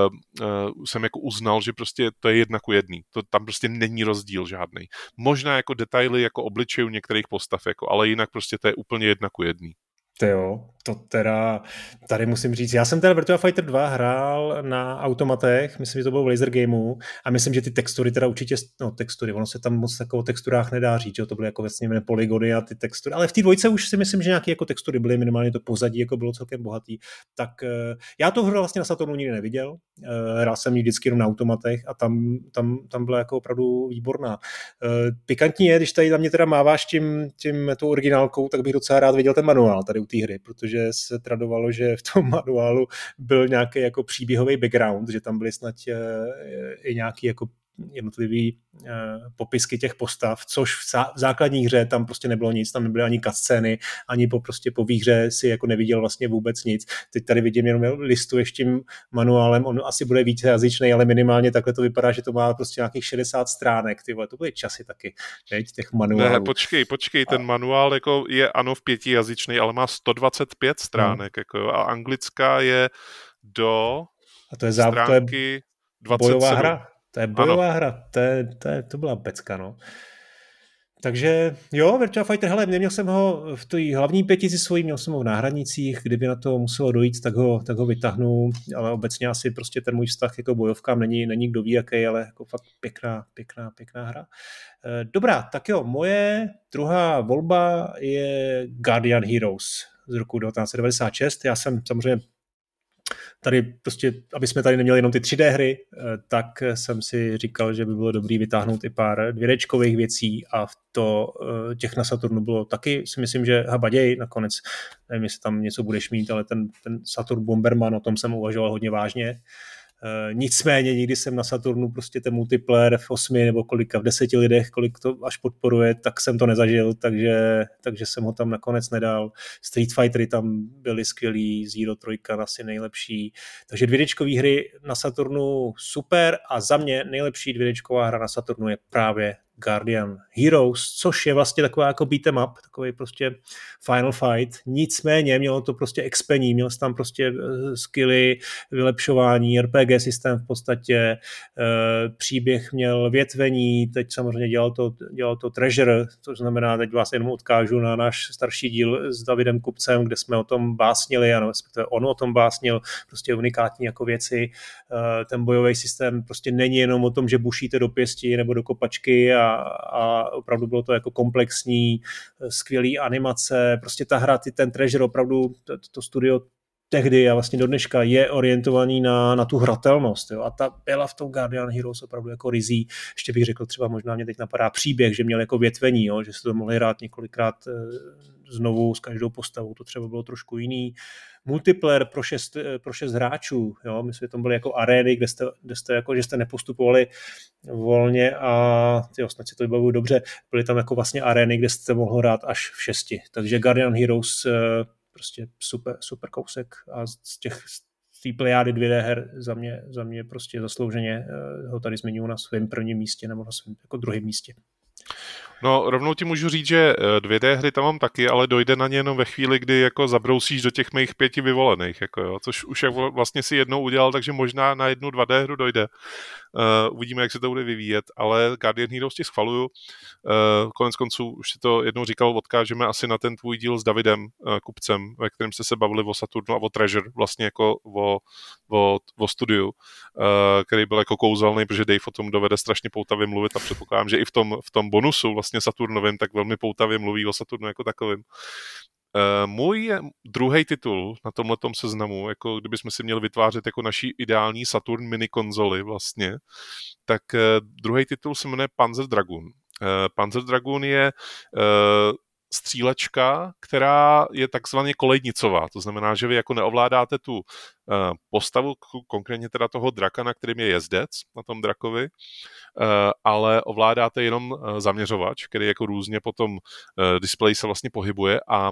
jsem jako uznal, že prostě to je 1:1. To tam prostě není rozdíl žádný. Možná jako detaily jako obličejů některých postav, jako, ale jinak prostě to je úplně 1:1. Jo, to teda, tady musím říct, já jsem teda Virtua Fighter 2 hrál na automatech, myslím, že to bylo v Laser Gameu a myslím, že ty textury teda určitě, textury, ono se tam moc takovou texturách nedá říct, že to byly jako vlastně polygony a ty textury, ale v té dvojce už si myslím, že nějaké jako textury byly, minimálně to pozadí jako bylo celkem bohatý, tak já tu hru vlastně na Saturnu nikdy neviděl, hrál jsem ji vždycky jenom na automatech a tam byla jako opravdu výborná. Pikantní je, když tady na mě teda máváš tou originálkou, tak bych docela rád viděl ten manuál tady u té hry, protože se tradovalo, že v tom manuálu byl nějaký jako příběhový background, že tam byly snad i nějaký jako jednotlivý popisky těch postav, což v základní hře tam prostě nebylo nic, tam nebyly ani cutscény, ani po výhře si jako neviděl vlastně vůbec nic. Teď tady vidím jenom listuješ tím manuálem, on asi bude vícejazyčný, ale minimálně takhle to vypadá, že to má prostě nějakých 60 stránek, ty vole, to byly časy taky, těch manuálů. Ne, počkej, ten manuál jako je ano v 5jazyčný, ale má 125 stránek, jako, a anglická je do a to je stránky 27. Bojová hra. To je bojová hra, to byla pecka, no. Takže jo, Virtua Fighter, hele, neměl jsem ho v té hlavní pětici svojí, měl jsem ho v náhradnicích, kdyby na to muselo dojít, tak ho vytáhnu, ale obecně asi prostě ten můj vztah jako bojovkám není kdo ví jaký, ale jako fakt pěkná hra. Dobrá, tak jo, moje druhá volba je Guardian Heroes z roku 1996. Já jsem samozřejmě tady prostě, aby jsme tady neměli jenom ty 3D hry, tak jsem si říkal, že by bylo dobrý vytáhnout i pár 2Dčkových věcí a těch na Saturnu bylo taky, si myslím, že habaděj, nakonec, nevím, jestli tam něco budeš mít, ale ten Saturn Bomberman, o tom jsem uvažoval hodně vážně. Nicméně nikdy jsem na Saturnu prostě ten multiplayer v 8 nebo v 10 lidech, kolik to až podporuje, tak jsem to nezažil, takže jsem ho tam nakonec nedal. Street Fightery tam byly skvělý, Zero 3 asi nejlepší. Takže 2Dčkový hry na Saturnu super a za mě nejlepší 2Dčková hra na Saturnu je právě Guardian Heroes, což je vlastně taková jako beat'em up, takový prostě Final Fight. Nicméně mělo to prostě expení, měl tam prostě skilly, vylepšování, RPG systém v podstatě, příběh měl větvení, teď samozřejmě dělal to Treasure, což znamená, teď vás jenom odkážu na náš starší díl s Davidem Kupcem, kde jsme o tom básnili, ano, respektive on o tom básnil, prostě unikátní jako věci. Ten bojový systém prostě není jenom o tom, že bušíte do pěsti nebo do kopačky a opravdu bylo to jako komplexní, skvělý animace, prostě ta hra, ten Treasure opravdu, to studio tehdy a vlastně do dneška je orientovaný na tu hratelnost. Jo? A ta byla v tom Guardian Heroes opravdu jako rizí. Ještě bych řekl, třeba možná mě teď napadá příběh, že měl jako větvení, jo? Že se to mohli hrát několikrát znovu s každou postavou. To třeba bylo trošku jiný. Multiplayer pro 6 hráčů. Jo? Myslím, že to byly jako arény, kde jste jako, že jste nepostupovali volně a snad si to vybavuju dobře. Byly tam jako vlastně arény, kde jste mohl hrát až v 6. Takže Guardian Heroes prostě super kousek a z té plejády 2D her za mě prostě zaslouženě ho tady zmiňuji na svém prvním místě nebo na svém jako druhém místě. No, rovnou ti můžu říct, že 2D hry tam mám taky, ale dojde na ně jenom ve chvíli, kdy jako zabrousíš do těch mých 5 vyvolených, jako jo, což už vlastně si jednou udělal, takže možná na jednu 2D hru dojde. Uvidíme, jak se to bude vyvíjet, ale Guardian Heroes ti schvaluju. Konec konců, už si to jednou říkal, odkážeme asi na ten tvůj díl s Davidem Kupcem, ve kterém jste se bavili o Saturnu a o Treasure, vlastně jako o studiu, který byl jako kouzelný, protože Dave o tom dovede strašně poutavě mluvit a předpokládám, že i v tom bonusu vlastně Saturnovým tak velmi poutavě mluví o Saturnu jako takovým. Můj druhý titul na tomhletom seznamu, jako kdybychom si měli vytvářet jako naší ideální Saturn mini konzoli vlastně, tak druhý titul se jmenuje Panzer Dragoon. Panzer Dragoon je střílečka, která je takzvaně kolejnicová. To znamená, že vy jako neovládáte tu postavu, konkrétně teda toho draka, na kterým je jezdec, na tom drakovi, ale ovládáte jenom zaměřovač, který jako různě po tom displeji se vlastně pohybuje a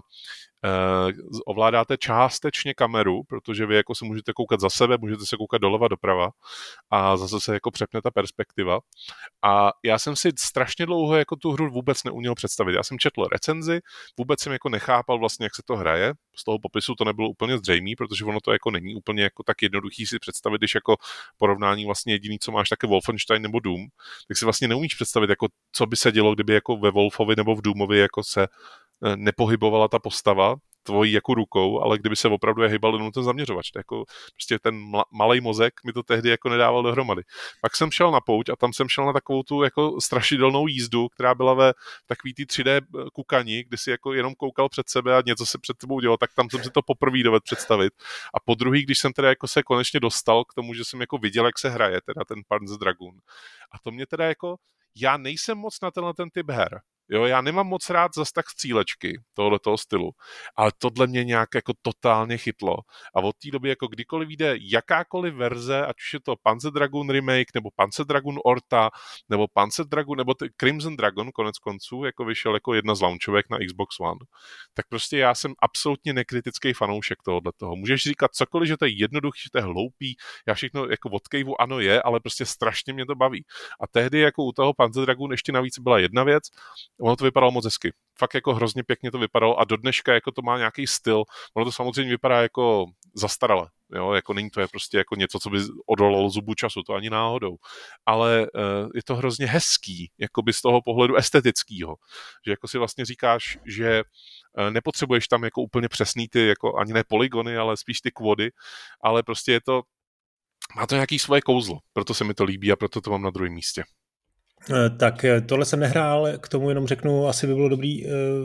ovládáte částečně kameru, protože vy jako se můžete koukat za sebe, můžete se koukat doleva doprava a zase se jako přepne ta perspektiva. A já jsem si strašně dlouho jako tu hru vůbec neuměl představit. Já jsem četl recenzi, vůbec jsem jako nechápal vlastně, jak se to hraje. Z toho popisu to nebylo úplně zřejmé, protože ono to jako není úplně jako tak jednoduchý si představit, když jako porovnání vlastně jediný, co máš, také Wolfenstein nebo Doom, tak si vlastně neumíš představit, jako co by se dělo, kdyby jako ve Wolfovi nebo v Doomovi jako se nepohybovala ta postava tvojí jako rukou, ale kdyby se opravdu hýbal jenom ten zaměřovač. Jako prostě ten malej mozek mi to tehdy jako nedával dohromady. Pak jsem šel na pouť a tam jsem šel na takovou tu jako strašidelnou jízdu, která byla ve takový ty 3D kukani, kdy si jako jenom koukal před sebe a něco se před tebou dělo, tak tam jsem si to poprvé dovedl představit. A po druhý, když jsem teda jako se konečně dostal k tomu, že jsem jako viděl, jak se hraje teda ten Panzer Dragoon. A to mě teda jako, já nejsem moc na ten typ her. Jo, já nemám moc rád zas tak střílečky tohoto stylu, ale tohle mě nějak jako totálně chytlo. A od té doby jako kdykoliv vyjde jakákoliv verze, ať už je to Panzer Dragoon remake, nebo Panzer Dragoon Orta, nebo Panzer Dragoon, nebo Crimson Dragon konec konců, jako vyšel jako jedna z launchovek na Xbox One, tak prostě já jsem absolutně nekritický fanoušek tohoto. Můžeš říkat cokoliv, že to je jednoduchý, že to je hloupý, já všechno jako odkejvu, ano je, ale prostě strašně mě to baví. A tehdy jako u toho Panzer Dragoon ještě navíc byla jedna věc, ono to vypadalo moc hezky. Fakt jako hrozně pěkně to vypadalo a do dneška jako to má nějaký styl. Ono to samozřejmě vypadá jako zastarale. Jo? Jako není to je prostě jako něco, co by odolalo zubu času, to ani náhodou. Ale je to hrozně hezký, jakoby z toho pohledu estetického. Že jako si vlastně říkáš, že nepotřebuješ tam jako úplně přesný ty, jako ani ne polygony, ale spíš ty kvody, ale prostě je to, má to nějaký svoje kouzlo. Proto se mi to líbí a proto to mám na druhém místě. Tak tohle jsem nehrál, k tomu jenom řeknu, asi by bylo dobrý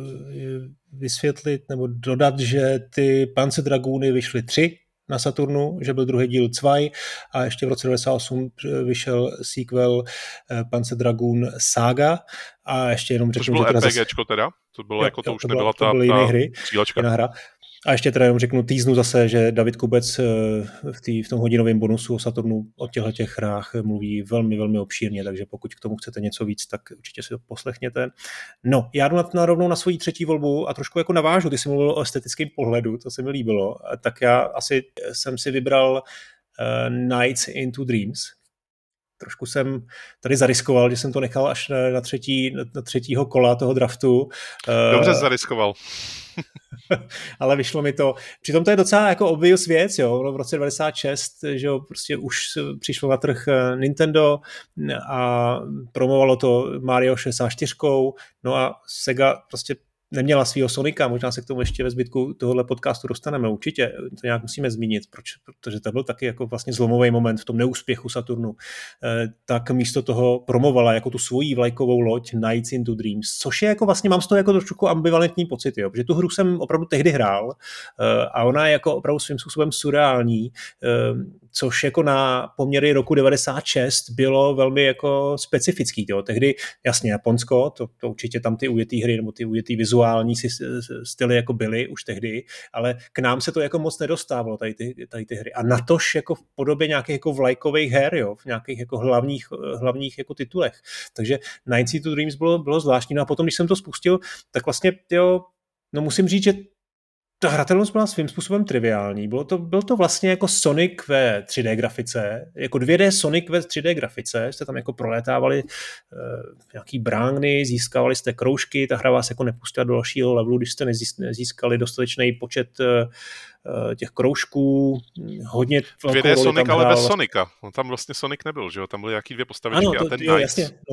vysvětlit nebo dodat, že ty Panzer Dragoony vyšly 3 na Saturnu, že byl druhý díl 2 a ještě v roce 1998 vyšel sequel Panzer Dragoon Saga a ještě jenom řeknu, že RPGčko teda? To bylo jako to už nebyla ta střílečka. Hra. A ještě teda jenom řeknu, týznu zase, že David Kubec v tom hodinovém bonusu o Saturnu o těchto hrách mluví velmi, velmi obšírně, takže pokud k tomu chcete něco víc, tak určitě si to poslechněte. No, já jdu rovnou na svoji třetí volbu a trošku jako navážu, ty jsi mluvil o estetickém pohledu, to se mi líbilo, tak já asi jsem si vybral Nights into Dreams, trošku jsem tady zariskoval, že jsem to nechal až na třetího kola toho draftu. Dobře zariskoval. Ale vyšlo mi to. Přitom to je docela jako obvious věc, jo. V roce 96, že jo, prostě už přišlo na trh Nintendo a promovalo to Mario 64, no a Sega prostě neměla svýho Sonika, možná se k tomu ještě ve zbytku tohohle podcastu dostaneme, určitě, to nějak musíme zmínit, protože to byl taky jako vlastně zlomový moment v tom neúspěchu Saturnu, tak místo toho promovala jako tu svoji vlajkovou loď Nights into Dreams, což je jako vlastně, mám z toho jako trošku ambivalentní pocit, jo, protože tu hru jsem opravdu tehdy hrál a ona je jako opravdu svým způsobem surreální, což jako na poměry roku 96 bylo velmi jako specifický, jo. Tehdy jasně Japonsko, to určitě tam ty ujetý hry nebo ty ujetý vizuální styly jako byly už tehdy, ale k nám se to jako moc nedostávalo, tady ty hry. A natož jako v podobě nějakých jako vlajkových her, jo, v nějakých jako hlavních jako titulech. Takže Nights into Dreams bylo zvláštní. No a potom, když jsem to spustil, tak vlastně, jo, no musím říct, že ta hratelnost byla svým způsobem triviální. Byl to vlastně jako Sonic ve 3D grafice, jako 2D Sonic ve 3D grafice, jste tam jako prolétávali nějaký brány, získávali jste kroužky, ta hra vás jako nepustila do dalšího levelu, když jste nezískali dostatečný počet těch kroužků, hodně 2D Sonic, ale bez Sonika. Tam vlastně Sonic nebyl, že jo? Tam byly nějaký dvě postavičky ano, a ten jo, Nights. Jasně,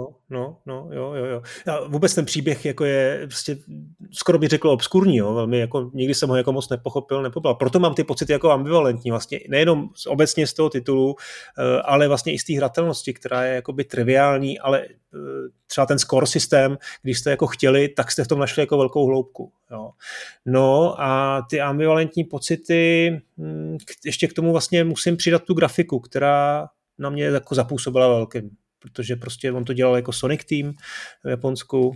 jo. A vůbec ten příběh jako je prostě skoro bych řekl obskurní, jo, velmi jako nikdy jsem ho jako moc nepochopil. Proto mám ty pocity jako ambivalentní vlastně, nejenom obecně z toho titulu, ale vlastně i z té hratelnosti, která je jakoby triviální, ale třeba ten score systém, když jste jako chtěli, tak jste v tom našli jako velkou hloubku. Jo. No a ty ambivalentní pocity, ještě k tomu vlastně musím přidat tu grafiku, která na mě jako zapůsobila velkým, protože prostě on to dělal jako Sonic Team v Japonsku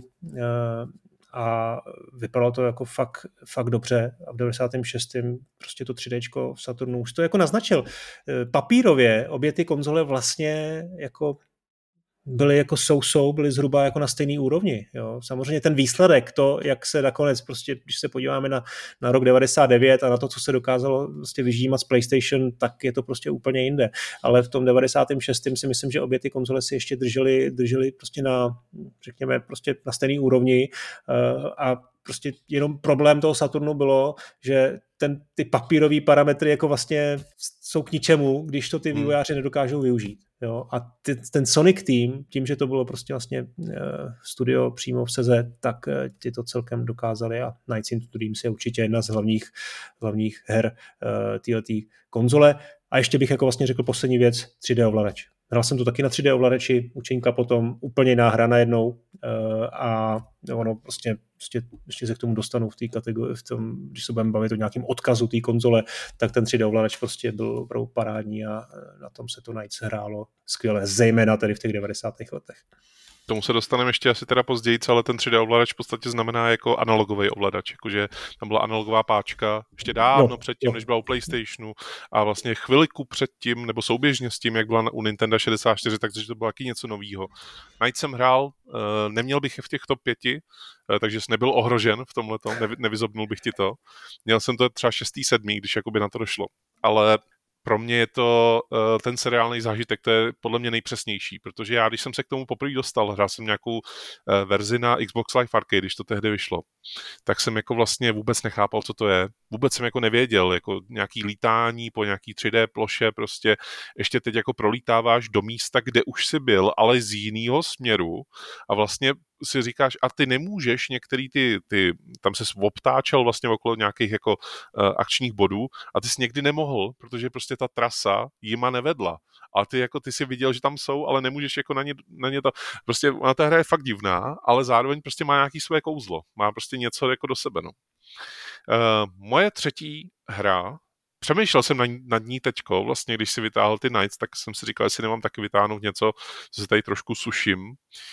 a vypadalo to jako fakt dobře a v 96. prostě to 3Dčko v Saturnu už to jako naznačil. Papírově obě ty konzole vlastně jako byly jako byly zhruba jako na stejný úrovni. Jo. Samozřejmě ten výsledek, to, jak se nakonec, prostě, když se podíváme na rok 99 a na to, co se dokázalo prostě vyžímat z PlayStation, tak je to prostě úplně jinde. Ale v tom 96. si myslím, že obě ty konzole si ještě držely prostě řekněme, prostě na stejný úrovni a prostě jenom problém toho Saturnu bylo, že ty papírové parametry jako vlastně jsou k ničemu, když to ty vývojáři nedokážou využít. Jo? A ten Sonic Team, tím, že to bylo prostě vlastně studio přímo v Seze, tak ti to celkem dokázali a Nights into Dreams je určitě jedna z hlavních her této konzole. A ještě bych jako vlastně řekl poslední věc, 3D ovladač. Hrál jsem to taky na 3D ovladači, účinka potom úplně jiná hra najednou a ono prostě ještě se k tomu dostanu v té kategorii, když se budeme bavit o nějakém odkazu té konzole, tak ten 3D ovladač prostě byl opravdu parádní a na tom se to Nights hrálo skvěle, zejména tady v těch 90. letech. Tomu se dostaneme ještě asi teda později, ale ten 3D ovladač v podstatě znamená jako analogový ovladač, jakože tam byla analogová páčka ještě dávno předtím, než byla u PlayStationu a vlastně chviliku předtím, nebo souběžně s tím, jak byla u Nintendo 64, takže to bylo taky něco novýho. Night jsem hrál, neměl bych je v těch top 5, takže jsi nebyl ohrožen v tomhletom, nevyzobnul bych ti to. Měl jsem to třeba 6., 7., když jakoby na to došlo. Ale pro mě je to ten seriálný zážitek, to je podle mě nejpřesnější, protože já, když jsem se k tomu poprvé dostal, hrál jsem nějakou verzi na Xbox Live Arcade, když to tehdy vyšlo, tak jsem jako vlastně vůbec nechápal, co to je. Vůbec jsem jako nevěděl, jako nějaký lítání po nějaký 3D ploše, prostě ještě teď jako prolítáváš do místa, kde už jsi byl, ale z jinýho směru a vlastně si říkáš, a ty nemůžeš některý tam se obtáčel vlastně okolo nějakých jako akčních bodů a ty jsi někdy nemohl, protože prostě ta trasa jima nevedla. A ty si viděl, že tam jsou, ale nemůžeš jako na ně to. Prostě ona ta hra je fakt divná, ale zároveň prostě má nějaký své kouzlo. Má prostě něco jako do sebe, no. Moje třetí hra, přemýšlel jsem nad ní teďko, vlastně když si vytáhl ty Nights, tak jsem si říkal, jestli nemám taky vytáhnout něco, co se tady trošku suším.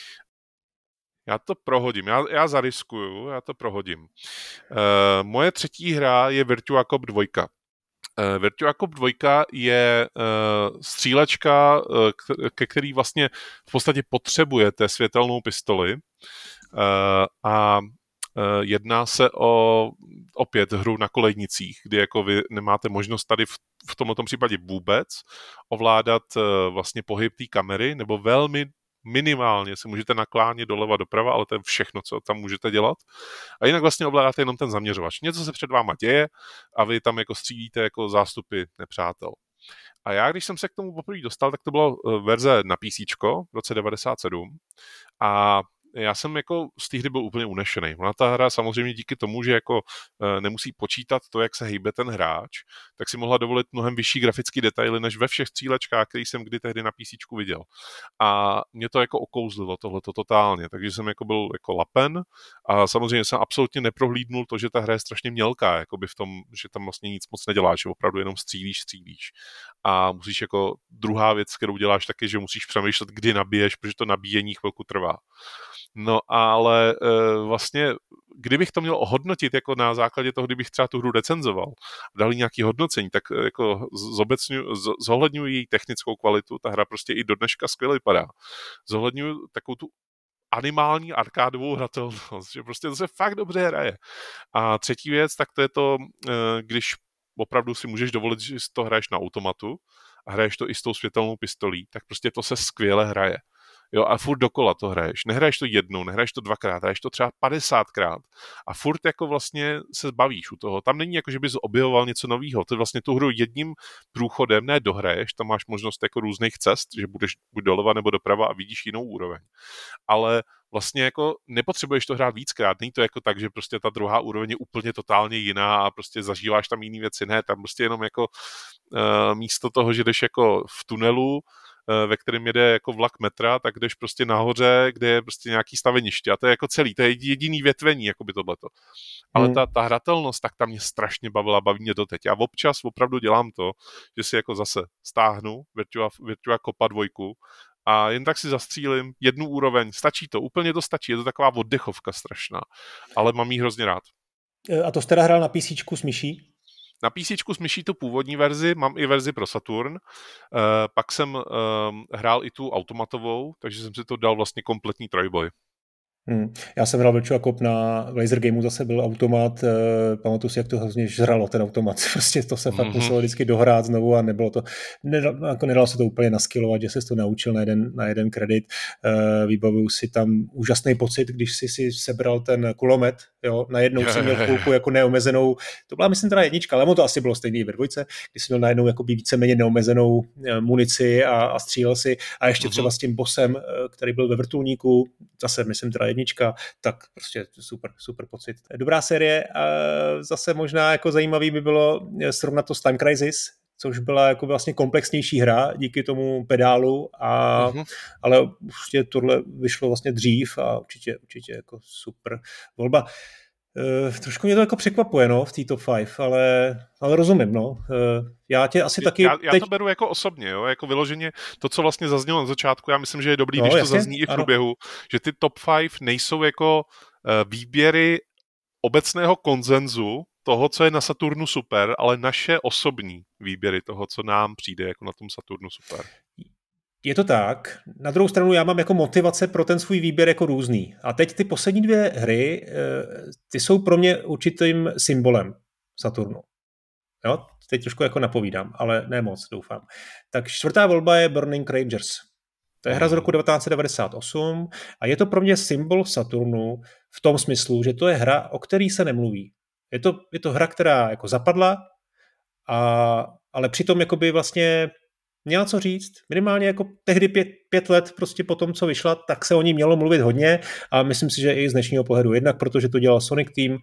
Já to prohodím, já zariskuju, já to prohodím. Moje třetí hra je Virtua Cop 2. Virtua Cop 2 je střílečka, ke který vlastně v podstatě potřebujete světelnou pistoli a Jedná se o opět hru na kolejnicích, kdy jako vy nemáte možnost tady v tomto případě vůbec ovládat vlastně pohyb té kamery, nebo velmi minimálně se můžete naklánět doleva doprava, ale to je všechno, co tam můžete dělat. A jinak vlastně ovládáte jenom ten zaměřovač. Něco se před váma děje a vy tam jako střílíte jako zástupy nepřátel. A já, když jsem se k tomu poprvé dostal, tak to bylo verze na PC v roce 97 a já jsem jako z té hry byl úplně unešený. Ona ta hra samozřejmě díky tomu, že jako nemusí počítat to, jak se hejbe ten hráč, tak si mohla dovolit mnohem vyšší grafické detaily, než ve všech střílečkách, který jsem kdy tehdy na PC viděl. A mě to jako okouzlilo tohleto totálně, takže jsem jako byl jako lapen a samozřejmě jsem absolutně neprohlídnul to, že ta hra je strašně mělká, jakoby v tom, že tam vlastně nic moc neděláš, že opravdu jenom střílíš. A musíš jako druhá věc, kterou děláš, taky, že musíš přemýšlet, kdy nabiješ, protože to nabíjení chvilku trvá. No ale vlastně, kdybych to měl ohodnotit jako na základě toho, kdybych třeba tu hru recenzoval, dal nějaký hodnocení, tak jako zohledňuji její technickou kvalitu, ta hra prostě i do dneška skvěle vypadá. Zohledňuji takovou tu animální arkádovou hratelnost, že prostě to se fakt dobře hraje. A třetí věc, tak to je to, když opravdu si můžeš dovolit, že si to hraješ na automatu a hraješ to i s tou světelnou pistolí, tak prostě to se skvěle hraje. Jo, a furt dokola to hraješ. Nehraješ to jednou, nehraješ to dvakrát, hraješ to třeba 50krát. A furt jako vlastně se bavíš u toho. Tam není jako, že bys objevoval něco nového. Ty vlastně tu hru jedním průchodem ne dohraješ, tam máš možnost jako různých cest, že budeš buď doleva nebo doprava a vidíš jinou úroveň. Ale vlastně jako nepotřebuješ to hrát víckrát. Není to jako tak, že prostě ta druhá úroveň je úplně totálně jiná a prostě zažíváš tam jiný věci. Ne, tam prostě jenom jako místo toho, že jdeš jako v tunelu, ve kterém jede jako vlak metra, tak jdeš prostě nahoře, kde je prostě nějaký staveniště a to je jako celý, to je jediný větvení, jako by tohleto. Ale ta hratelnost, tak tam mě strašně bavila, baví mě doteď. Já občas opravdu dělám to, že si jako zase stáhnu Virtua Copa 2 a jen tak si zastřílím jednu úroveň, stačí to, úplně to stačí, je to taková oddechovka strašná, ale mám jí hrozně rád. A to jste teda hrál na PC s myší? Na PC s myší tu původní verzi, mám i verzi pro Saturn, pak jsem hrál i tu automatovou, takže jsem si to dal vlastně kompletní trojboj. Já jsem hrál Virtua Cop na Laser Gameu, zase byl automat, pamatuju si, jak to hrozně žralo ten automat, prostě to se fakt muselo vždycky dohrát znovu a nebylo to, nedalo se to úplně naskillovat, že se to naučil na jeden kredit. Vybavuju si tam úžasný pocit, když si sebral ten kulomet, jo, najednou si měl chvilku jako neomezenou, to byla myslím teda jednička, ale to asi bylo stejný ve dvojce, když si měl najednou jakoby víceméně neomezenou munici a střílel si a ještě třeba s tím bossem, který byl ve vrtulníku, zase myslím teda jednička, tak prostě super pocit. Dobrá série a zase možná jako zajímavý by bylo srovnat to s Time Crisis, což byla jako vlastně komplexnější hra díky tomu pedálu, ale prostě tohle vyšlo vlastně dřív a určitě jako super volba. Trošku mě to jako překvapuje, no, v té top 5, ale rozumím, no. Já tě asi taky... Já to beru jako osobně, jo, jako vyloženě to, co vlastně zaznělo na začátku, já myslím, že je dobrý, když to zazní i v průběhu, že ty top 5 nejsou jako výběry obecného konsenzu toho, co je na Saturnu super, ale naše osobní výběry toho, co nám přijde jako na tom Saturnu super. Je to tak. Na druhou stranu já mám jako motivace pro ten svůj výběr jako různý. A teď ty poslední dvě hry, ty jsou pro mě určitým symbolem Saturnu. Jo? Teď trošku jako napovídám, ale ne moc, doufám. Tak čtvrtá volba je Burning Rangers. To je hra z roku 1998 a je to pro mě symbol Saturnu v tom smyslu, že to je hra, o který se nemluví. Je to hra, která jako zapadla, ale přitom jakoby vlastně měla co říct. Minimálně jako tehdy 5 let prostě po tom, co vyšla, tak se o ní mělo mluvit hodně a myslím si, že i z dnešního pohledu. Jednak protože to dělal Sonic Team,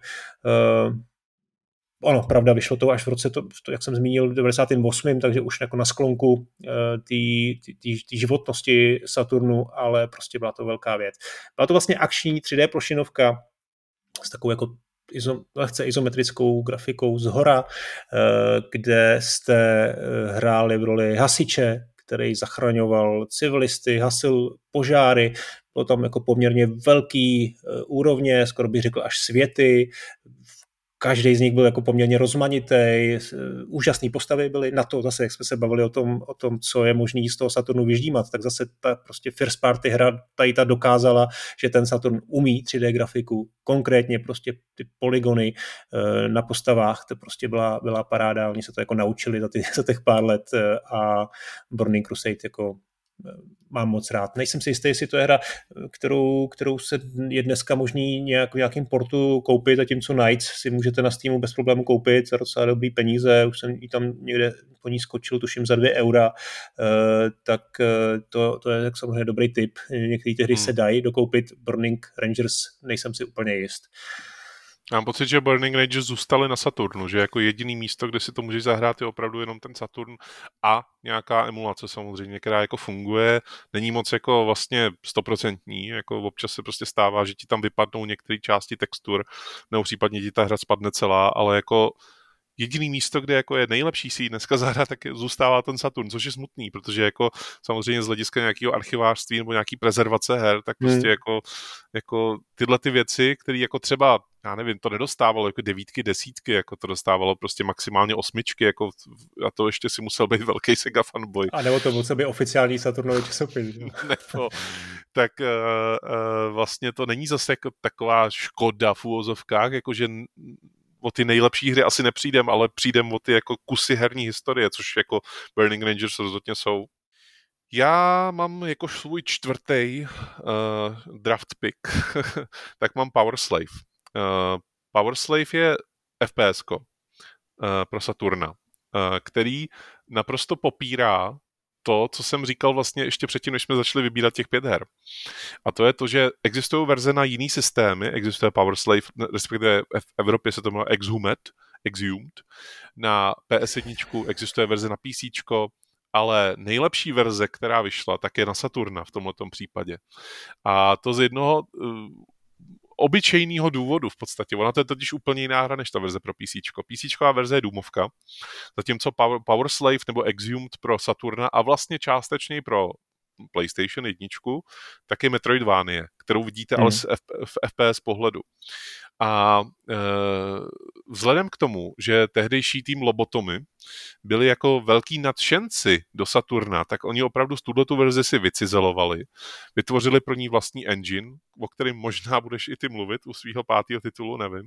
pravda, vyšlo to až v roce, jak jsem zmínil, 98., takže už jako na sklonku té životnosti Saturnu, ale prostě byla to velká věc. Byla to vlastně akční 3D plošinovka s takovou jako lehce izometrickou grafikou zhora, kde jste hráli v roli hasiče, který zachraňoval civilisty, hasil požáry. Bylo tam jako poměrně velký úrovně, skoro bych řekl až světy. každý z nich byl jako poměrně rozmanitý, úžasné postavy byly, na to zase, jak jsme se bavili o tom, co je možný z toho Saturnu vyždímat, tak zase ta prostě first party hra tady ta dokázala, že ten Saturn umí 3D grafiku, konkrétně prostě ty polygony na postavách, to prostě byla paráda, oni se to jako naučili za těch pár let a Burning Crusade jako mám moc rád. Nejsem si jistý, jestli to je hra, kterou se je dneska možný nějakým portu koupit, zatímco Knights si můžete na Steamu bez problému koupit za docela dobrý peníze, už jsem ji tam někde po ní skočil, tuším za 2 eura, tak to je tak samozřejmě dobrý tip. Některé ty hry se dají dokoupit, Burning Rangers nejsem si úplně jist. Mám pocit, že Burning Rangers zůstaly na Saturnu, že jako jediný místo, kde si to můžeš zahrát, je opravdu jenom ten Saturn a nějaká emulace samozřejmě, která jako funguje, není moc jako vlastně 100%, jako občas se prostě stává, že ti tam vypadnou některé části textur, nebo případně ti ta hra spadne celá, ale jako jediný místo, kde jako je nejlepší si dneska zahrát, tak zůstává ten Saturn, což je smutný, protože jako samozřejmě z hlediska nějakého archivářství nebo nějaký prezervace her, tak prostě jako tyhle ty věci, které jako třeba, já nevím, to nedostávalo jako 9, 10, jako to dostávalo prostě maximálně 8, jako a to ještě si musel být velký Sega fanboy. A nebo to musel být oficiální Saturnový časopis. Nebo, tak vlastně to není zase jako taková škoda v úvozovkách, jakože o ty nejlepší hry asi nepřijdem, ale přijdem o ty jako kusy herní historie, což jako Burning Rangers rozhodně jsou. Já mám jako svůj 4. draft pick, tak mám Power Slave. Power Slave je FPS-ko pro Saturna, který naprosto popírá to, co jsem říkal vlastně ještě předtím, než jsme začali vybírat těch 5 her. A to je to, že existují verze na jiný systémy, existuje Power Slave, respektive v Evropě se to jmenuje Exhumed, na PS1 existuje verze na PC, ale nejlepší verze, která vyšla, tak je na Saturna v tomto případě. A to z jednoho obyčejného důvodu v podstatě. Ona to je totiž úplně jiná hra než ta verze pro PC. PCčková verze je důmovka, zatímco Power Slave nebo Exhumed pro Saturna a vlastně částečně pro PlayStation 1, tak je Metroidvanie, kterou vidíte ale v FPS pohledu. A vzhledem k tomu, že tehdejší tým Lobotomy byli jako velký nadšenci do Saturna, tak oni opravdu tu verzi si vycizelovali, vytvořili pro ní vlastní engine, o kterém možná budeš i ty mluvit u svého 5. titulu, nevím,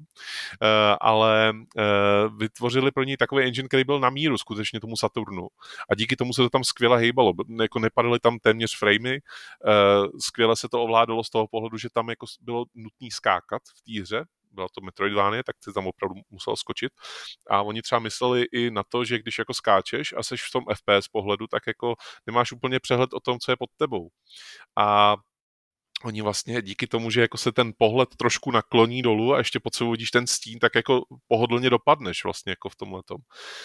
ale vytvořili pro ní takový engine, který byl na míru skutečně tomu Saturnu a díky tomu se to tam skvěle hejbalo, jako nepadaly tam téměř framey, skvěle se to ovládalo z toho pohledu, že tam jako bylo nutné skákat v té hře, byla to Metroidvanie, tak se tam opravdu musel skočit. A oni třeba mysleli i na to, že když jako skáčeš a seš v tom FPS pohledu, tak jako nemáš úplně přehled o tom, co je pod tebou. A oni vlastně díky tomu, že jako se ten pohled trošku nakloní dolů a ještě pod sebou vidíš ten stín, tak jako pohodlně dopadneš vlastně jako v tomhletom.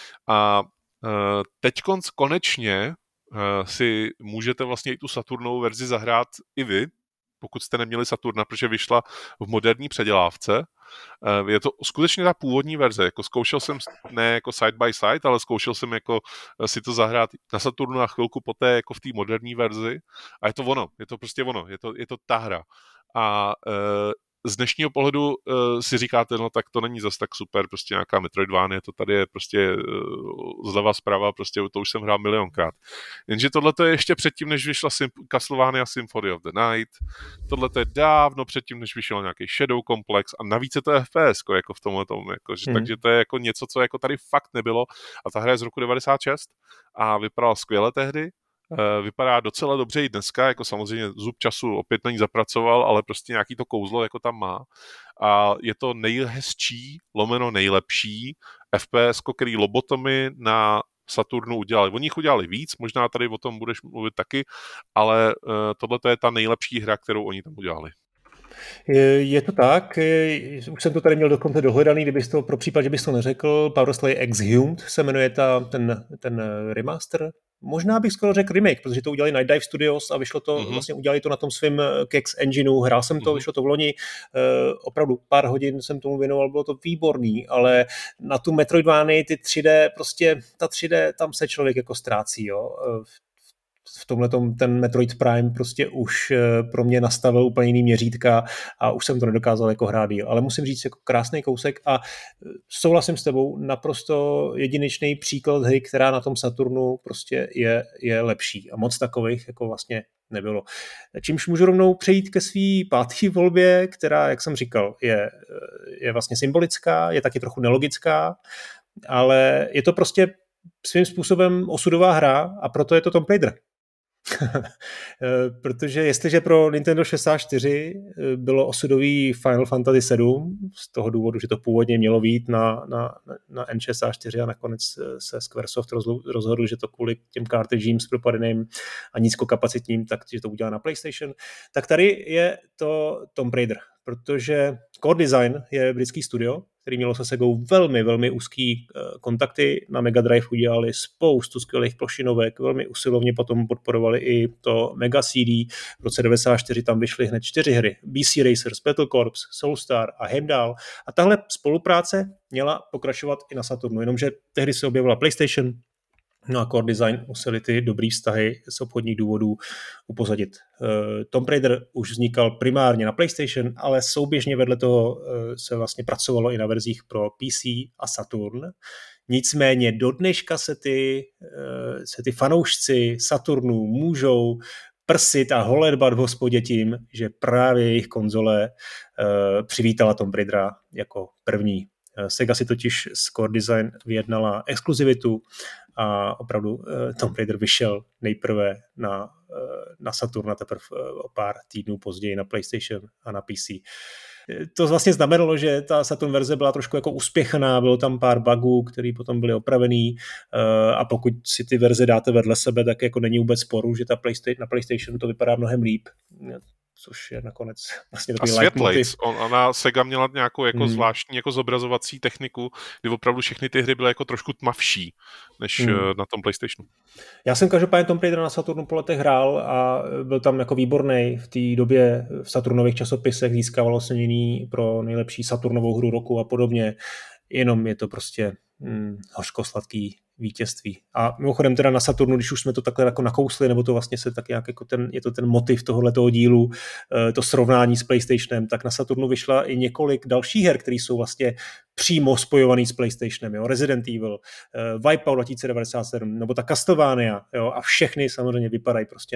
A teďkonc konečně si můžete vlastně i tu Saturnovou verzi zahrát i vy, pokud jste neměli Saturna, protože vyšla v moderní předělávce. Je to skutečně ta původní verze. Jako zkoušel jsem ne jako side by side, ale zkoušel jsem jako si to zahrát na Saturnu a chvilku poté jako v té moderní verzi. A je to ono. Je to prostě ono. Je to ta hra. A z dnešního pohledu si říkáte, no tak to není zas tak super, prostě nějaká Metroidvanie, to tady je prostě zleva zprava, prostě to už jsem hrál milionkrát. Jenže tohle je ještě předtím, než vyšla Castlevania Symphony of the Night, tohle je dávno předtím, než vyšel nějaký Shadow Complex a navíc je to FPS, jako v tomhle tomu, jako, takže to je jako něco, co jako tady fakt nebylo a ta hra je z roku 96 a vypadala skvěle tehdy. Vypadá docela dobře i dneska, jako samozřejmě zub času opět není zapracoval, ale prostě nějaký to kouzlo jako tam má. A je to nejhezčí, lomeno nejlepší FPS, který Lobotomy na Saturnu udělali. Oni jich udělali víc, možná tady o tom budeš mluvit taky, ale tohle je ta nejlepší hra, kterou oni tam udělali. Je to tak, už jsem to tady měl dokonce dohledaný, kdybys to pro případ, že bys to neřekl, Power Slave Exhumed se jmenuje ten remaster. Možná bych skoro řekl remake, protože to udělali Night Dive Studios a vyšlo to, vlastně udělali to na tom svém Kex engineu, hrál jsem to, vyšlo to v loni, opravdu pár hodin jsem tomu věnoval, bylo to výborný, ale na tu Metroidvanii ty 3D, prostě ta 3D, tam se člověk jako ztrácí, jo. v tomhletom ten Metroid Prime prostě už pro mě nastavil úplně jiný měřítka a už jsem to nedokázal jako hrát díl. Ale musím říct, jako krásný kousek a souhlasím s tebou, naprosto jedinečný příklad hry, která na tom Saturnu prostě je lepší a moc takových jako vlastně nebylo. Čímž můžu rovnou přejít ke svý pátý volbě, která, jak jsem říkal, je vlastně symbolická, je taky trochu nelogická, ale je to prostě svým způsobem osudová hra a proto je to Tomb Raider. Protože jestliže pro Nintendo 64 bylo osudový Final Fantasy 7 z toho důvodu, že to původně mělo být na N64 a nakonec se Squaresoft rozhodl, že to kvůli těm cartridgeům s propadeným a nízkokapacitním, takže to udělá na PlayStation, tak tady je to Tomb Raider, protože Core Design je britský studio, který mělo se Segou velmi, velmi úzký kontakty. Na Mega Drive udělali spoustu skvělých plošinovek, velmi usilovně potom podporovali i to Mega CD. V roce 1994 tam vyšly hned 4 hry. BC Racers, Battle Corps, Soulstar a Heimdall. A tahle spolupráce měla pokračovat i na Saturnu, jenomže tehdy se objevila PlayStation, no a Core Design museli ty dobrý vztahy z obchodních důvodů upozadit. Tomb Raider už vznikal primárně na PlayStation, ale souběžně vedle toho se vlastně pracovalo i na verzích pro PC a Saturn. Nicméně do dneška se ty fanoušci Saturnu můžou prsit a holedbat v hospodě tím, že právě jejich konzole přivítala Tomb Raidera jako první. Sega si totiž s Core Design vyjednala exkluzivitu a opravdu Tomb Raider vyšel nejprve na Saturn a teprve o pár týdnů později na PlayStation a na PC. To vlastně znamenalo, že ta Saturn verze byla trošku jako uspěchaná, bylo tam pár bugů, které potom byly opravený a pokud si ty verze dáte vedle sebe, tak jako není vůbec sporu, že na PlayStation to vypadá mnohem líp, což je nakonec vlastně takový leitmotiv. Ona Sega měla nějakou jako zvláštní jako zobrazovací techniku, kdy opravdu všechny ty hry byly jako trošku tmavší než na tom PlayStationu. Já jsem každopádně Tomb Raider na Saturnu po letech hrál a byl tam jako výborný. V té době v Saturnových časopisech získávalo ocenění pro nejlepší Saturnovou hru roku a podobně. Jenom je to prostě hořkosladký vítězství. A mimochodem teda na Saturnu, když už jsme to takhle jako nakousli, nebo to vlastně se tak nějak jako je to ten motiv tohohletoho dílu, to srovnání s PlayStationem, tak na Saturnu vyšla i několik dalších her, které jsou vlastně přímo spojovaný s PlayStationem, jo? Resident Evil, Wipeout 2097, nebo ta Castlevania, jo? A všechny samozřejmě vypadají prostě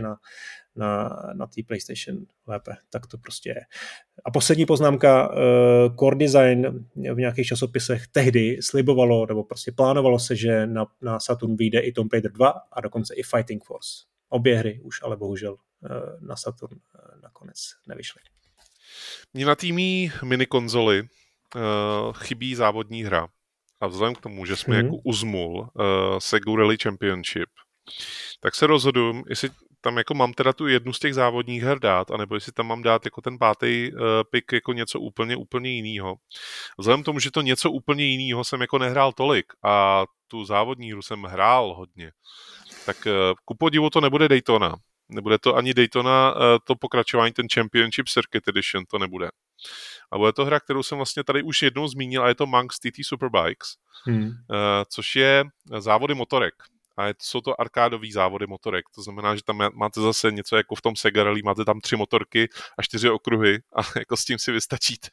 na té PlayStation lépe. Tak to prostě je. A poslední poznámka, Core Design v nějakých časopisech tehdy slibovalo, nebo prostě plánovalo se, že na Saturn vyjde i Tomb Raider 2 a dokonce i Fighting Force. Obě hry už ale bohužel na Saturn nakonec nevyšly. Mně na týmí minikonzoli chybí závodní hra. A vzhledem k tomu, že jsme jako uzmul Sega Rally Championship, tak se rozhoduju, jestli tam jako mám teda tu jednu z těch závodních her dát, anebo jestli tam mám dát jako ten pátý pick jako něco úplně jinýho. Vzhledem k tomu, že to něco úplně jinýho jsem jako nehrál tolik a tu závodní hru jsem hrál hodně, tak ku podivu to nebude Daytona. Nebude to ani Daytona, to pokračování, ten Championship Circuit Edition, to nebude. A bude to hra, kterou jsem vlastně tady už jednou zmínil, a je to Manx TT Superbikes, což je závody motorek. A jsou to arkádový závody motorek. To znamená, že tam máte zase něco jako v tom Sega Rally, máte tam 3 motorky a 4 okruhy a jako s tím si vystačíte.